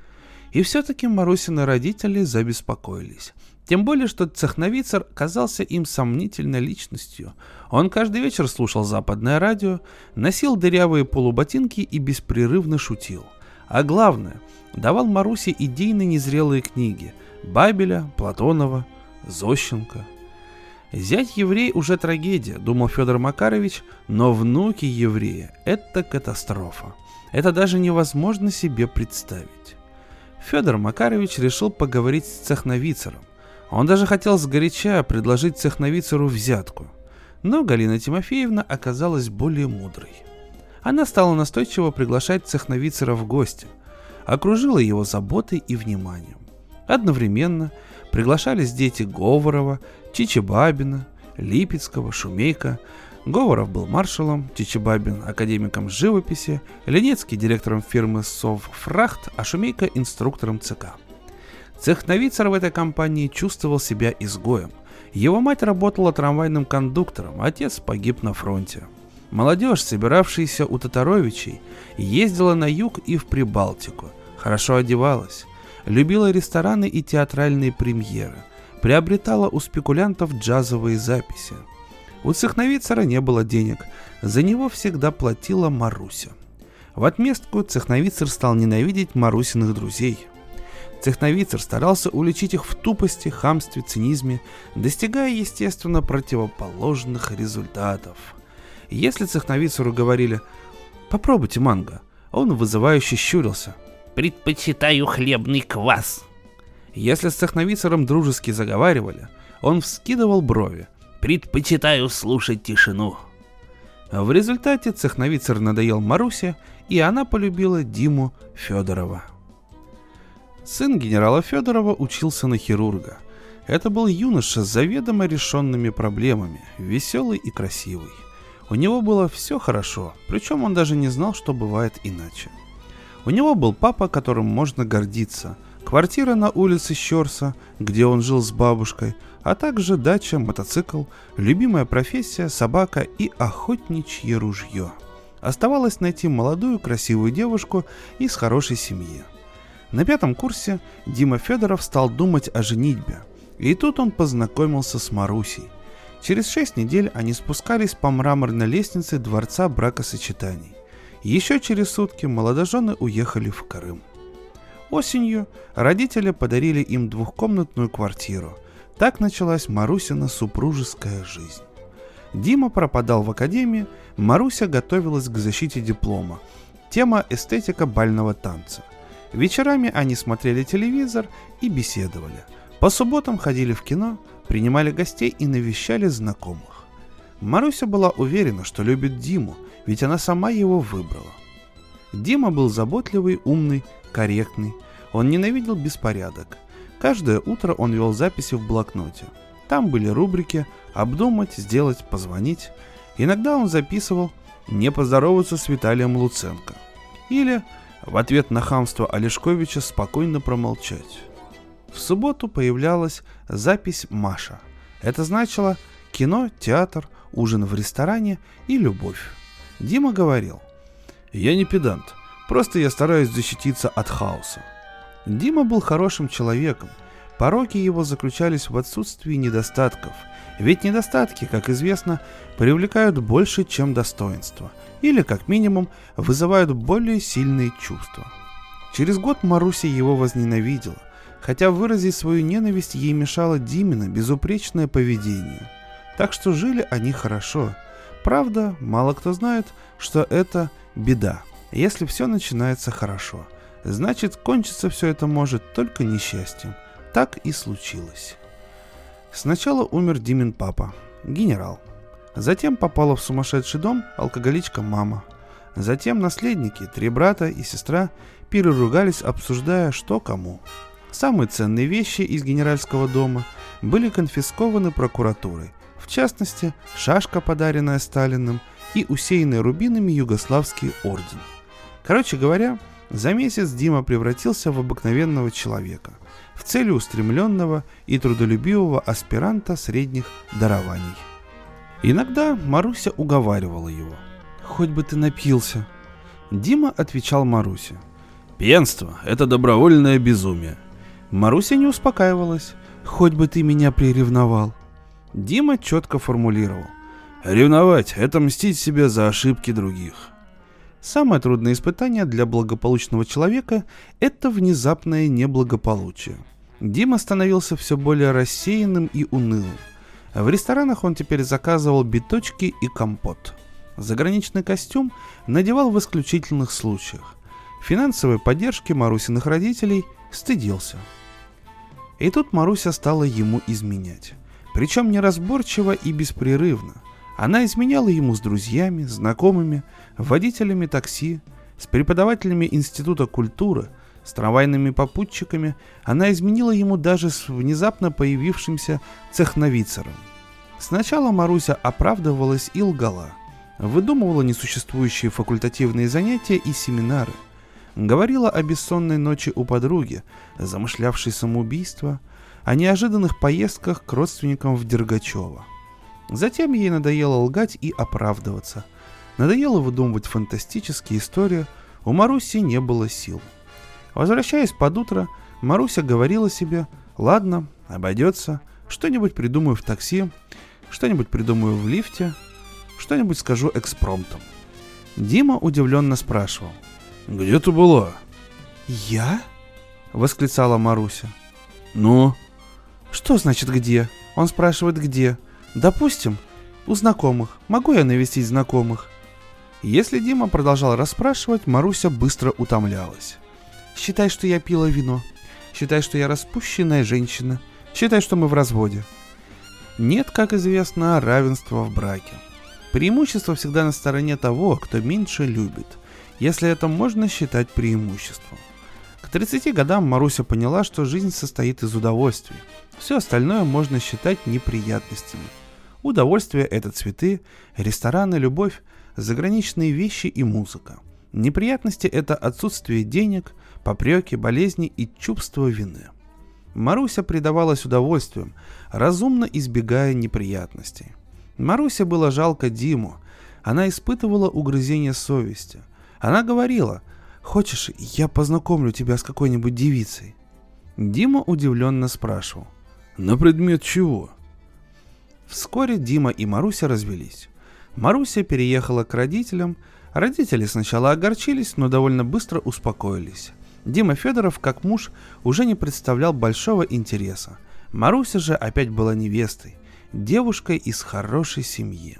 И все-таки Марусины родители забеспокоились. Тем более, что Цехновицер казался им сомнительной личностью. Он каждый вечер слушал западное радио, носил дырявые полуботинки и беспрерывно шутил. А главное, давал Марусе идейно незрелые книги Бабеля, Платонова, Зощенко. Зять-еврей уже трагедия, думал Федор Макарович, но внуки еврея – это катастрофа. Это даже невозможно себе представить. Федор Макарович решил поговорить с Цехновицером. Он даже хотел сгоряча предложить Цехновицеру взятку. Но Галина Тимофеевна оказалась более мудрой. Она стала настойчиво приглашать Цехновицера в гости, окружила его заботой и вниманием. Одновременно приглашались дети Говорова, Чичибабина, Липецкого, Шумейка. Говоров был маршалом, Чичибабин – академиком живописи, Ленецкий – директором фирмы «Совфрахт», а Шумейка – инструктором ЦК. Цехновицер в этой компании чувствовал себя изгоем. Его мать работала трамвайным кондуктором, отец погиб на фронте. Молодежь, собиравшаяся у Татаровичей, ездила на юг и в Прибалтику, хорошо одевалась, любила рестораны и театральные премьеры, приобретала у спекулянтов джазовые записи. У Цехновицера не было денег, за него всегда платила Маруся. В отместку Цехновицер стал ненавидеть Марусиных друзей. Цехновицер старался уличить их в тупости, хамстве, цинизме, достигая, естественно, противоположных результатов. Если Цехновицеру говорили «попробуйте манго», он вызывающе щурился: «Предпочитаю хлебный квас». Если с Цехновицером дружески заговаривали, он вскидывал брови: «Предпочитаю слушать тишину». В результате Цехновицер надоел Марусе, и она полюбила Диму Федорова. Сын генерала Федорова учился на хирурга. Это был юноша с заведомо решенными проблемами, веселый и красивый. У него было все хорошо, причем он даже не знал, что бывает иначе. У него был папа, которым можно гордиться, квартира на улице Щорса, где он жил с бабушкой, а также дача, мотоцикл, любимая профессия, собака и охотничье ружье. Оставалось найти молодую красивую девушку из хорошей семьи. На пятом курсе Дима Федоров стал думать о женитьбе, и тут он познакомился с Марусей. Через шесть недель они спускались по мраморной лестнице дворца бракосочетаний. Еще через сутки молодожены уехали в Крым. Осенью родители подарили им двухкомнатную квартиру. Так началась Марусина супружеская жизнь. Дима пропадал в академии, Маруся готовилась к защите диплома. Тема – эстетика бального танца. Вечерами они смотрели телевизор и беседовали. По субботам ходили в кино, принимали гостей и навещали знакомых. Маруся была уверена, что любит Диму, ведь она сама его выбрала. Дима был заботливый, умный, корректный. Он ненавидел беспорядок. Каждое утро он вел записи в блокноте. Там были рубрики «Обдумать», «Сделать», «Позвонить». Иногда он записывал «Не поздороваться с Виталием Луценко» или в ответ на хамство Олешковича спокойно промолчать. В субботу появлялась запись «Маша». Это значило кино, театр, ужин в ресторане и любовь. Дима говорил: «Я не педант, просто я стараюсь защититься от хаоса». Дима был хорошим человеком, Пороки его заключались в отсутствии недостатков, ведь недостатки, как известно, привлекают больше, чем достоинства, или, как минимум, вызывают более сильные чувства. Через год Маруся его возненавидела, хотя выразить свою ненависть ей мешало Димина безупречное поведение. Так что жили они хорошо. Правда, мало кто знает, что это беда. Если все начинается хорошо, значит, кончиться все это может только несчастьем. Так и случилось. Сначала умер Димин папа, генерал. Затем попала в сумасшедший дом алкоголичка мама. Затем наследники, три брата и сестра, переругались, обсуждая, что кому. Самые ценные вещи из генеральского дома были конфискованы прокуратурой. В частности, шашка, подаренная Сталиным, и усеянный рубинами югославский орден. Короче говоря, за месяц Дима превратился в обыкновенного человека, в целеустремленного и трудолюбивого аспиранта средних дарований. Иногда Маруся уговаривала его. «Хоть бы ты напился». Дима отвечал Марусе. «Пьянство – это добровольное безумие». Маруся не успокаивалась. «Хоть бы ты меня приревновал». Дима четко формулировал. «Ревновать – это мстить себе за ошибки других». Самое трудное испытание для благополучного человека – это внезапное неблагополучие. Дима становился все более рассеянным и унылым. В ресторанах он теперь заказывал биточки и компот. Заграничный костюм надевал в исключительных случаях. Финансовой поддержки Марусиных родителей стыдился. И тут Маруся стала ему изменять. Причем неразборчиво и беспрерывно. Она изменяла ему с друзьями, знакомыми, водителями такси, с преподавателями Института культуры, с трамвайными попутчиками. Она изменила ему даже с внезапно появившимся цехновицером. Сначала Маруся оправдывалась и лгала. Выдумывала несуществующие факультативные занятия и семинары. Говорила о бессонной ночи у подруги, замышлявшей самоубийство, о неожиданных поездках к родственникам в Дергачево. Затем ей надоело лгать и оправдываться. Надоело выдумывать фантастические истории, у Маруси не было сил. Возвращаясь под утро, Маруся говорила себе: «Ладно, обойдется, что-нибудь придумаю в такси, что-нибудь придумаю в лифте, что-нибудь скажу экспромтом». Дима удивленно спрашивал: «Где ты была?» «Я?» — восклицала Маруся. «Ну?» «Что значит где?» Он спрашивает где. «Допустим, у знакомых. Могу я навестить знакомых?» Если Дима продолжал расспрашивать, Маруся быстро утомлялась. «Считай, что я пила вино. Считай, что я распущенная женщина. Считай, что мы в разводе». Нет, как известно, равенства в браке. Преимущество всегда на стороне того, кто меньше любит, если это можно считать преимуществом. К тридцати годам Маруся поняла, что жизнь состоит из удовольствий. Все остальное можно считать неприятностями. Удовольствие – это цветы, рестораны, любовь, заграничные вещи и музыка. Неприятности – это отсутствие денег, попреки, болезни и чувство вины. Маруся предавалась удовольствиям, разумно избегая неприятностей. Марусе было жалко Диму. Она испытывала угрызение совести. Она говорила: «Хочешь, я познакомлю тебя с какой-нибудь девицей?» Дима удивленно спрашивал: «На предмет чего?» Вскоре Дима и Маруся развелись. Маруся переехала к родителям. Родители сначала огорчились, но довольно быстро успокоились. Дима Федоров, как муж, уже не представлял большого интереса. Маруся же опять была невестой, девушкой из хорошей семьи.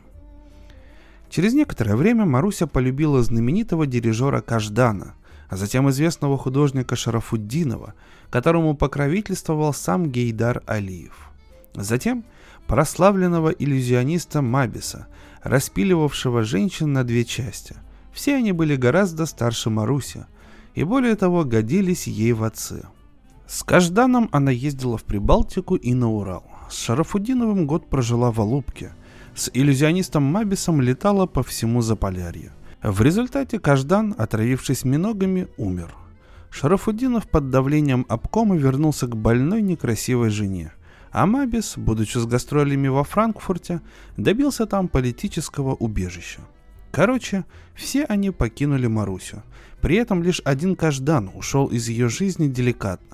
Через некоторое время Маруся полюбила знаменитого дирижера Каждана, а затем известного художника Шарафутдинова, которому покровительствовал сам Гейдар Алиев. Затем прославленного иллюзиониста Мабиса, распиливавшего женщин на две части. Все они были гораздо старше Маруси, и более того годились ей в отцы. С Кажданом она ездила в Прибалтику и на Урал. С Шарафутдиновым год прожила в Алупке. С иллюзионистом Мабисом летала по всему Заполярью. В результате Каждан, отравившись миногами, умер. Шарафутдинов под давлением обкома вернулся к больной некрасивой жене, а Мабис, будучи с гастролями во Франкфурте, добился там политического убежища. Короче, все они покинули Марусю. При этом лишь один Каждан ушел из ее жизни деликатно.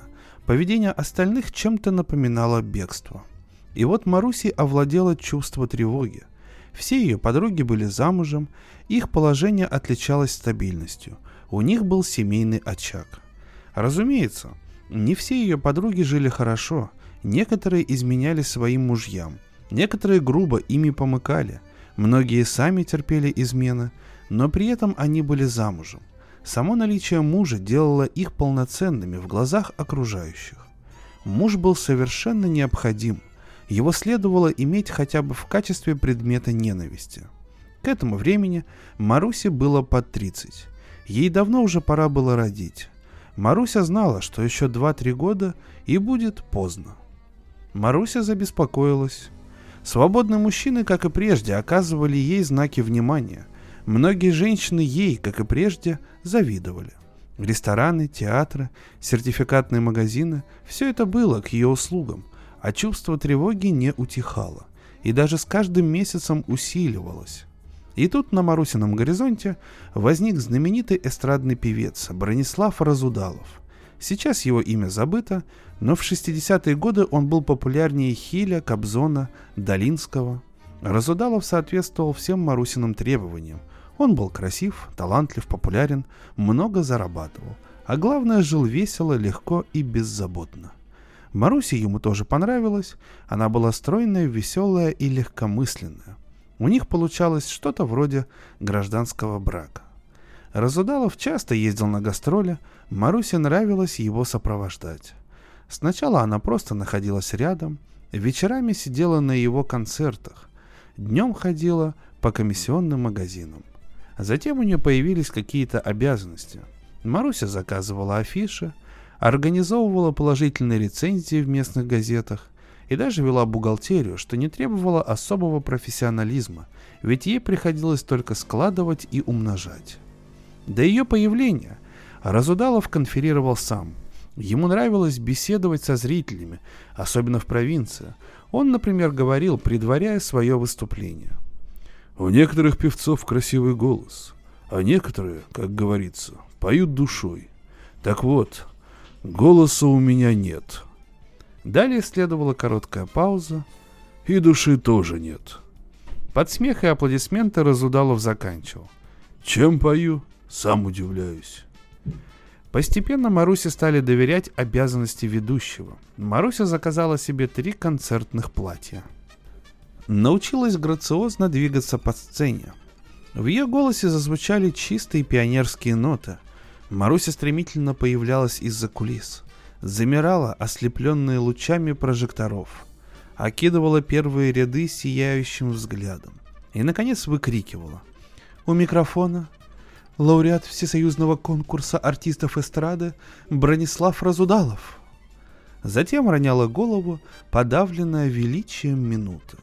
Поведение остальных чем-то напоминало бегство. И вот Марусей овладело чувство тревоги. Все ее подруги были замужем, их положение отличалось стабильностью. У них был семейный очаг. Разумеется, не все ее подруги жили хорошо. Некоторые изменяли своим мужьям, некоторые грубо ими помыкали, многие сами терпели измены, но при этом они были замужем. Само наличие мужа делало их полноценными в глазах окружающих. Муж был совершенно необходим, его следовало иметь хотя бы в качестве предмета ненависти. К этому времени Марусе было под тридцать. Ей давно уже пора было родить. Маруся знала, что еще два-три года и будет поздно. Маруся забеспокоилась. Свободные мужчины, как и прежде, оказывали ей знаки внимания. Многие женщины ей, как и прежде, завидовали. Рестораны, театры, сертификатные магазины – все это было к ее услугам, а чувство тревоги не утихало и даже с каждым месяцем усиливалось. И тут на Марусином горизонте возник знаменитый эстрадный певец Бронислав Разудалов. Сейчас его имя забыто, но в шестидесятые годы он был популярнее Хиля, Кобзона, Долинского. Разудалов соответствовал всем Марусиным требованиям. Он был красив, талантлив, популярен, много зарабатывал, а главное, жил весело, легко и беззаботно. Марусе ему тоже понравилось, она была стройная, веселая и легкомысленная. У них получалось что-то вроде гражданского брака. Разудалов часто ездил на гастроли, Марусе нравилось его сопровождать. Сначала она просто находилась рядом, вечерами сидела на его концертах, днем ходила по комиссионным магазинам. Затем у нее появились какие-то обязанности. Маруся заказывала афиши, организовывала положительные рецензии в местных газетах и даже вела бухгалтерию, что не требовало особого профессионализма, ведь ей приходилось только складывать и умножать. До ее появления Разудалов конферировал сам. Ему нравилось беседовать со зрителями, особенно в провинции. Он, например, говорил, предваряя свое выступление: «У некоторых певцов красивый голос, а некоторые, как говорится, поют душой. Так вот, голоса у меня нет». Далее следовала короткая пауза. «И души тоже нет». Под смех и аплодисменты Разудалов заканчивал: «Чем пою, сам удивляюсь». Постепенно Марусе стали доверять обязанности ведущего. Маруся заказала себе три концертных платья. Научилась грациозно двигаться по сцене. В ее голосе зазвучали чистые пионерские ноты. Маруся стремительно появлялась из-за кулис, замирала, ослепленная лучами прожекторов, окидывала первые ряды сияющим взглядом и, наконец, выкрикивала: «У микрофона лауреат всесоюзного конкурса артистов эстрады Бронислав Разудалов». Затем роняла голову, подавленная величием минуты.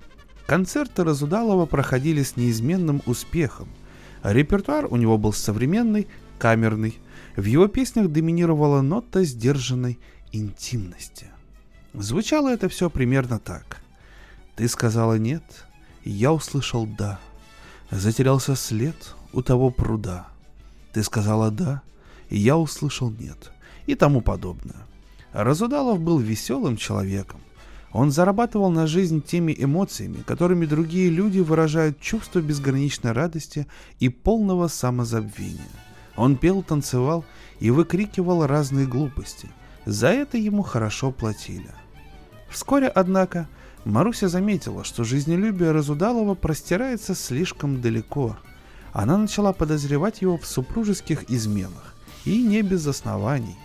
Концерты Разудалова проходили с неизменным успехом. Репертуар у него был современный, камерный. В его песнях доминировала нота сдержанной интимности. Звучало это все примерно так: «Ты сказала нет, я услышал да. Затерялся след у того пруда. Ты сказала да, и я услышал нет», и тому подобное. Разудалов был веселым человеком. Он зарабатывал на жизнь теми эмоциями, которыми другие люди выражают чувство безграничной радости и полного самозабвения. Он пел, танцевал и выкрикивал разные глупости. За это ему хорошо платили. Вскоре, однако, Маруся заметила, что жизнелюбие Разудалова простирается слишком далеко. Она начала подозревать его в супружеских изменах, и не без оснований.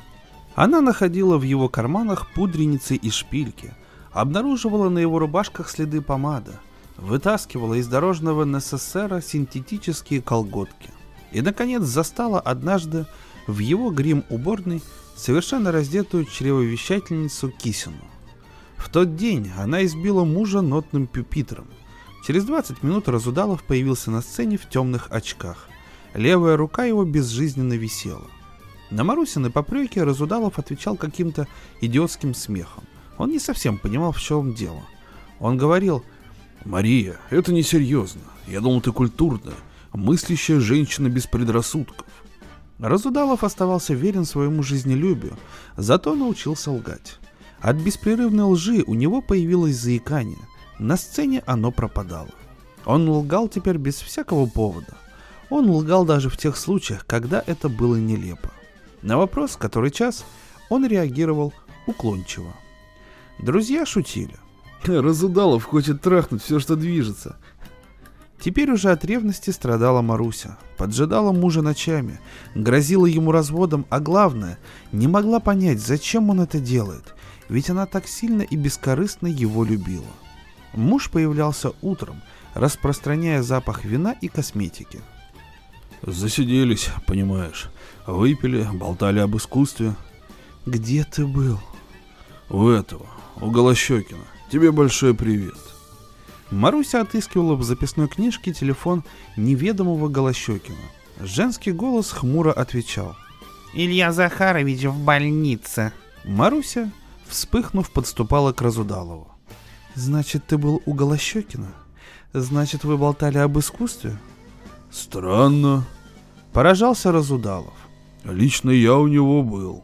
Она находила в его карманах пудреницы и шпильки, обнаруживала на его рубашках следы помады, вытаскивала из дорожного НССРа синтетические колготки и, наконец, застала однажды в его грим-уборной совершенно раздетую чревовещательницу Кисину. В тот день она избила мужа нотным пюпитром. Через двадцать минут Разудалов появился на сцене в темных очках. Левая рука его безжизненно висела. На Марусины попреки Разудалов отвечал каким-то идиотским смехом. Он не совсем понимал, в чем дело. Он говорил: «Мария, это несерьезно. Я думал, ты культурная, мыслящая женщина без предрассудков». Разудалов оставался верен своему жизнелюбию, зато научился лгать. От беспрерывной лжи у него появилось заикание, на сцене оно пропадало. Он лгал теперь без всякого повода. Он лгал даже в тех случаях, когда это было нелепо. На вопрос, который час, он реагировал уклончиво. Друзья шутили. Разудалов хочет трахнуть все, что движется. Теперь уже от ревности страдала Маруся, поджидала мужа ночами, грозила ему разводом, а главное, не могла понять, зачем он это делает, ведь она так сильно и бескорыстно его любила. Муж появлялся утром, распространяя запах вина и косметики. Засиделись, понимаешь, выпили, болтали об искусстве. Где ты был? У этого, у Голощекина. Тебе большой привет. Маруся отыскивала в записной книжке телефон неведомого Голощекина. Женский голос хмуро отвечал. Илья Захарович в больнице. Маруся, вспыхнув, подступала к Разудалову. Значит, ты был у Голощекина? Значит, вы болтали об искусстве? Странно. Поражался Разудалов. Лично я у него был.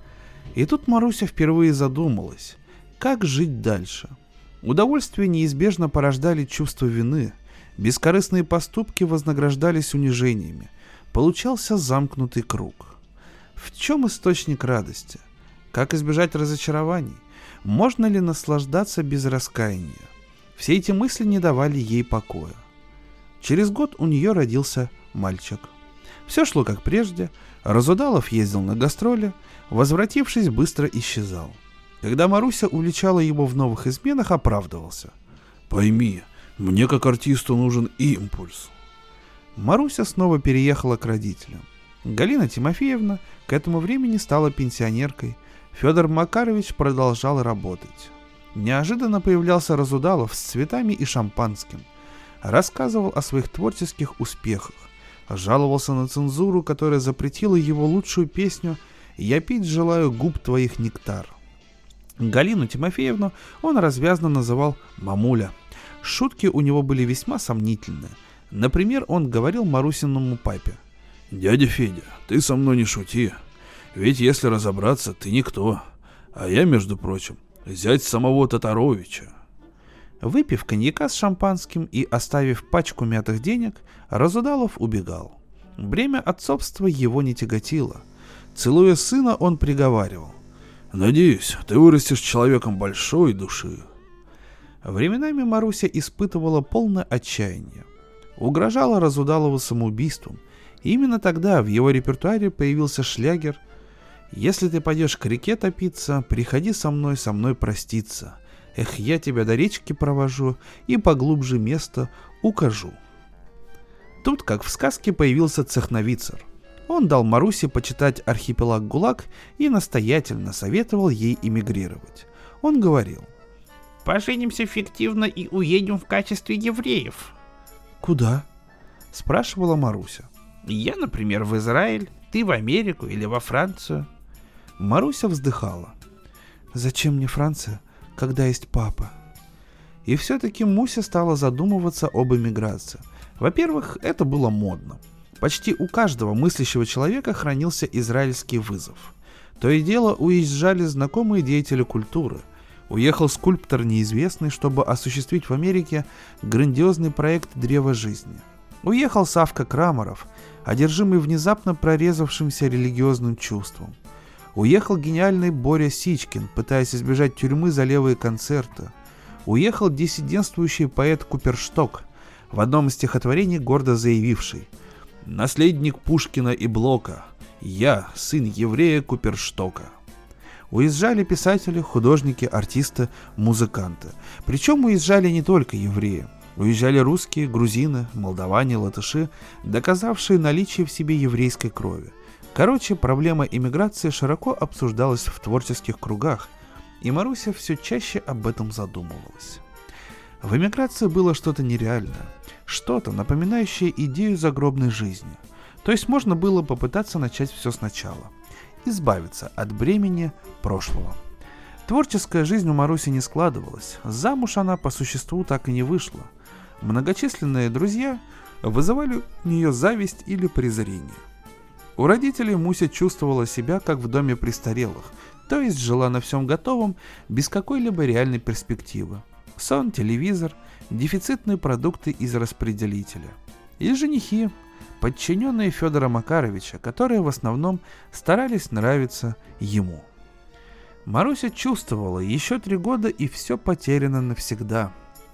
И тут Маруся впервые задумалась, как жить дальше. Удовольствия неизбежно порождали чувство вины, бескорыстные поступки вознаграждались унижениями, получался замкнутый круг. В чем источник радости? Как избежать разочарований? Можно ли наслаждаться без раскаяния? Все эти мысли не давали ей покоя. Через год у нее родился мальчик. Все шло как прежде, Разудалов ездил на гастроли, возвратившись, быстро исчезал. Когда Маруся уличала его в новых изменах, оправдывался. Пойми, мне как артисту нужен импульс. Маруся снова переехала к родителям. Галина Тимофеевна к этому времени стала пенсионеркой. Федор Макарович продолжал работать. Неожиданно появлялся Разудалов с цветами и шампанским. Рассказывал о своих творческих успехах. Жаловался на цензуру, которая запретила его лучшую песню «Я пить желаю губ твоих нектар». Галину Тимофеевну он развязно называл «мамуля». Шутки у него были весьма сомнительные. Например, он говорил Марусиному папе: «Дядя Федя, ты со мной не шути, ведь если разобраться, ты никто, а я, между прочим, зять самого Татаровича». Выпив коньяка с шампанским и оставив пачку мятых денег, Разудалов убегал. Бремя отцовства его не тяготило. Целуя сына, он приговаривал: «Надеюсь, ты вырастешь человеком большой души». Временами Маруся испытывала полное отчаяние. Угрожала Разудалову самоубийством. И именно тогда в его репертуаре появился шлягер «Если ты пойдешь к реке топиться, приходи со мной, со мной проститься. Эх, я тебя до речки провожу и поглубже место укажу». Тут, как в сказке, появился цехновицер. Он дал Марусе почитать «Архипелаг ГУЛАГ» и настоятельно советовал ей эмигрировать. Он говорил: «Поженимся фиктивно и уедем в качестве евреев». «Куда?» – спрашивала Маруся. «Я, например, в Израиль, ты в Америку или во Францию». Маруся вздыхала. «Зачем мне Франция, когда есть папа?» И все-таки Муся стала задумываться об эмиграции. Во-первых, это было модно. Почти у каждого мыслящего человека хранился израильский вызов. То и дело уезжали знакомые деятели культуры. Уехал скульптор неизвестный, чтобы осуществить в Америке грандиозный проект «Древо жизни». Уехал Савка Крамаров, одержимый внезапно прорезавшимся религиозным чувством. Уехал гениальный Боря Сичкин, пытаясь избежать тюрьмы за левые концерты. Уехал диссидентствующий поэт Купершток, в одном из стихотворений гордо заявивший: «Наследник Пушкина и Блока, я, сын еврея Куперштока». Уезжали писатели, художники, артисты, музыканты. Причем уезжали не только евреи. Уезжали русские, грузины, молдаване, латыши, доказавшие наличие в себе еврейской крови. Короче, проблема эмиграции широко обсуждалась в творческих кругах, и Маруся все чаще об этом задумывалась. В эмиграции было что-то нереальное, что-то, напоминающее идею загробной жизни. То есть можно было попытаться начать все сначала, избавиться от бремени прошлого. Творческая жизнь у Маруси не складывалась, замуж она по существу так и не вышла. Многочисленные друзья вызывали у нее зависть или презрение. У У родителей Муся чувствовала себя как в доме престарелых, то есть жила на всем готовом, без какой-либо реальной перспективы. Сон, телевизор, дефицитные продукты из распределителя. И женихи, подчиненные Федора Макаровича, которые в основном старались нравиться ему. Маруся чувствовала, еще три года и все потеряно навсегда.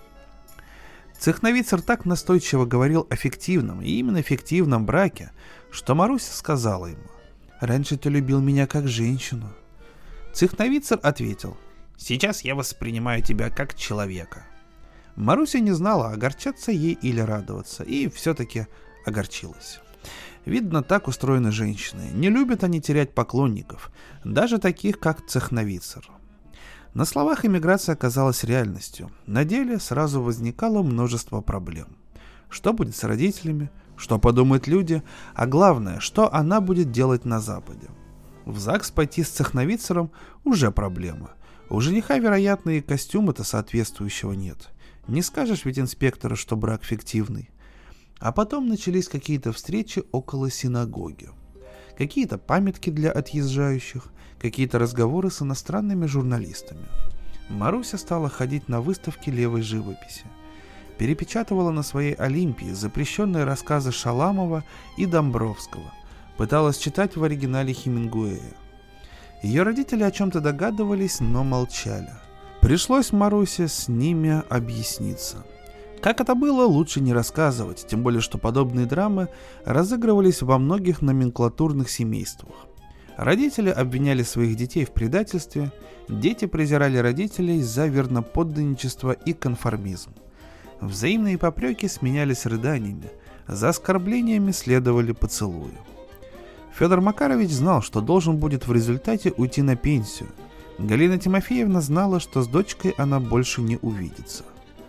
Цехновицер так настойчиво говорил о фиктивном, и именно фиктивном браке, что Маруся сказала ему: «Раньше ты любил меня как женщину». Цехновицер ответил: «Сейчас я воспринимаю тебя как человека». Маруся не знала, огорчаться ей или радоваться, и все-таки огорчилась. Видно, так устроены женщины. Не любят они терять поклонников, даже таких, как Цехновицер. На словах эмиграция оказалась реальностью. На деле сразу возникало множество проблем. Что будет с родителями? Что подумают люди? А главное, что она будет делать на Западе? В ЗАГС пойти с Цехновицером уже проблема. У жениха, вероятно, и костюма-то соответствующего нет. Не скажешь ведь инспектору, что брак фиктивный. А потом начались какие-то встречи около синагоги. Какие-то памятки для отъезжающих, какие-то разговоры с иностранными журналистами. Маруся стала ходить на выставки левой живописи. Перепечатывала на своей Олимпии запрещенные рассказы Шаламова и Домбровского. Пыталась читать в оригинале Хемингуэя. Ее родители о чем-то догадывались, но молчали. Пришлось Марусе с ними объясниться. Как это было, лучше не рассказывать, тем более, что подобные драмы разыгрывались во многих номенклатурных семействах. Родители обвиняли своих детей в предательстве, дети презирали родителей за верноподданничество и конформизм. Взаимные попреки сменялись рыданиями, за оскорблениями следовали поцелуи. Федор Макарович знал, что должен будет в результате уйти на пенсию. Галина Тимофеевна знала, что с дочкой она больше не увидится.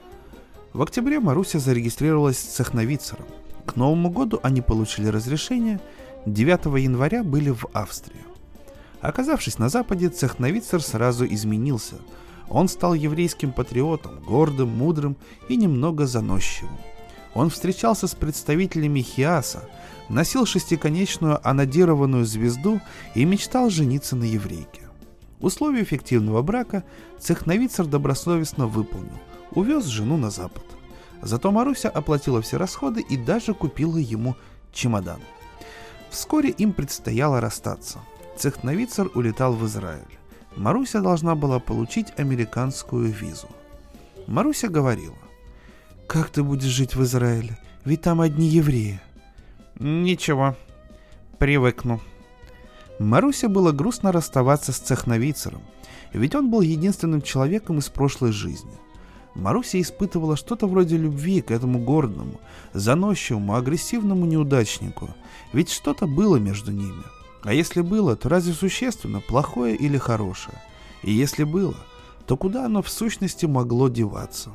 В октябре Маруся зарегистрировалась с Цехновицером. К Новому году они получили разрешение, девятого января были в Австрии. Оказавшись на Западе, Цехновицер сразу изменился. Он стал еврейским патриотом, гордым, мудрым и немного заносчивым. Он встречался с представителями Хиаса, носил шестиконечную анодированную звезду и мечтал жениться на еврейке. Условия фиктивного брака Цехновицер добросовестно выполнил. Увез жену на Запад. Зато Маруся оплатила все расходы и даже купила ему чемодан. Вскоре им предстояло расстаться. Цехновицер улетал в Израиль. Маруся должна была получить американскую визу. Маруся говорила: «Как ты будешь жить в Израиле? Ведь там одни евреи». «Ничего, привыкну». Марусе было грустно расставаться с Цехновицером, ведь он был единственным человеком из прошлой жизни. Маруся испытывала что-то вроде любви к этому гордому, заносчивому, агрессивному неудачнику, ведь что-то было между ними. А если было, то разве существенно, плохое или хорошее? И если было, то куда оно в сущности могло деваться?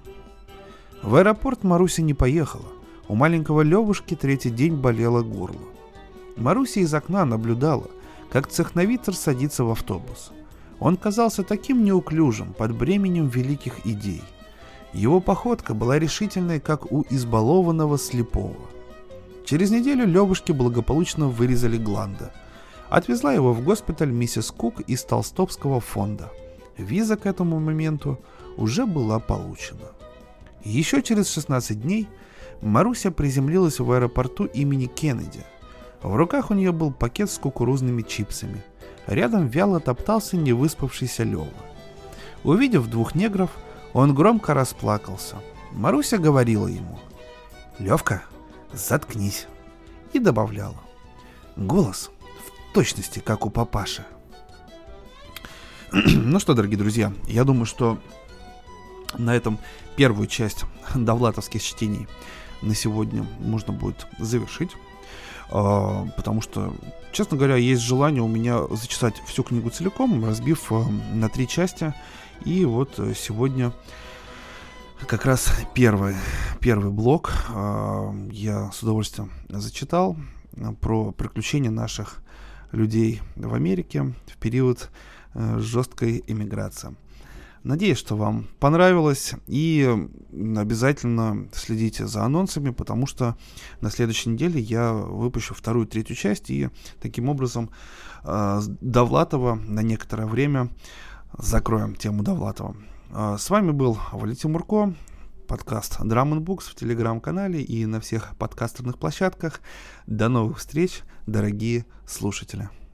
В аэропорт Маруся не поехала. У маленького Левушки третий день болело горло. Маруся из окна наблюдала, как Цехновицер садится в автобус. Он казался таким неуклюжим под бременем великих идей. Его походка была решительной, как у избалованного слепого. Через неделю Левушке благополучно вырезали гланда. Отвезла его в госпиталь миссис Кук из Толстовского фонда. Виза к этому моменту уже была получена. Еще через шестнадцать дней Маруся приземлилась в аэропорту имени Кеннеди. В руках у нее был пакет с кукурузными чипсами. Рядом вяло топтался невыспавшийся Лева. Увидев двух негров, он громко расплакался. Маруся говорила ему: «Левка, заткнись», и добавляла: «Голос в точности, как у папаши». Ну что, дорогие друзья, я думаю, что на этом первую часть довлатовских чтений на сегодня можно будет завершить. Потому что, честно говоря, есть желание у меня зачитать всю книгу целиком, разбив на три части. И вот сегодня как раз первый, первый блок я с удовольствием зачитал про приключения наших людей в Америке в период жесткой эмиграции. Надеюсь, что вам понравилось, и обязательно следите за анонсами, потому что на следующей неделе я выпущу вторую, третью часть, и таким образом э, Довлатова на некоторое время закроем тему Довлатова. Э, с вами был Валентин Мурко, подкаст Drum and Books в телеграм-канале и на всех подкастерных площадках. До новых встреч, дорогие слушатели.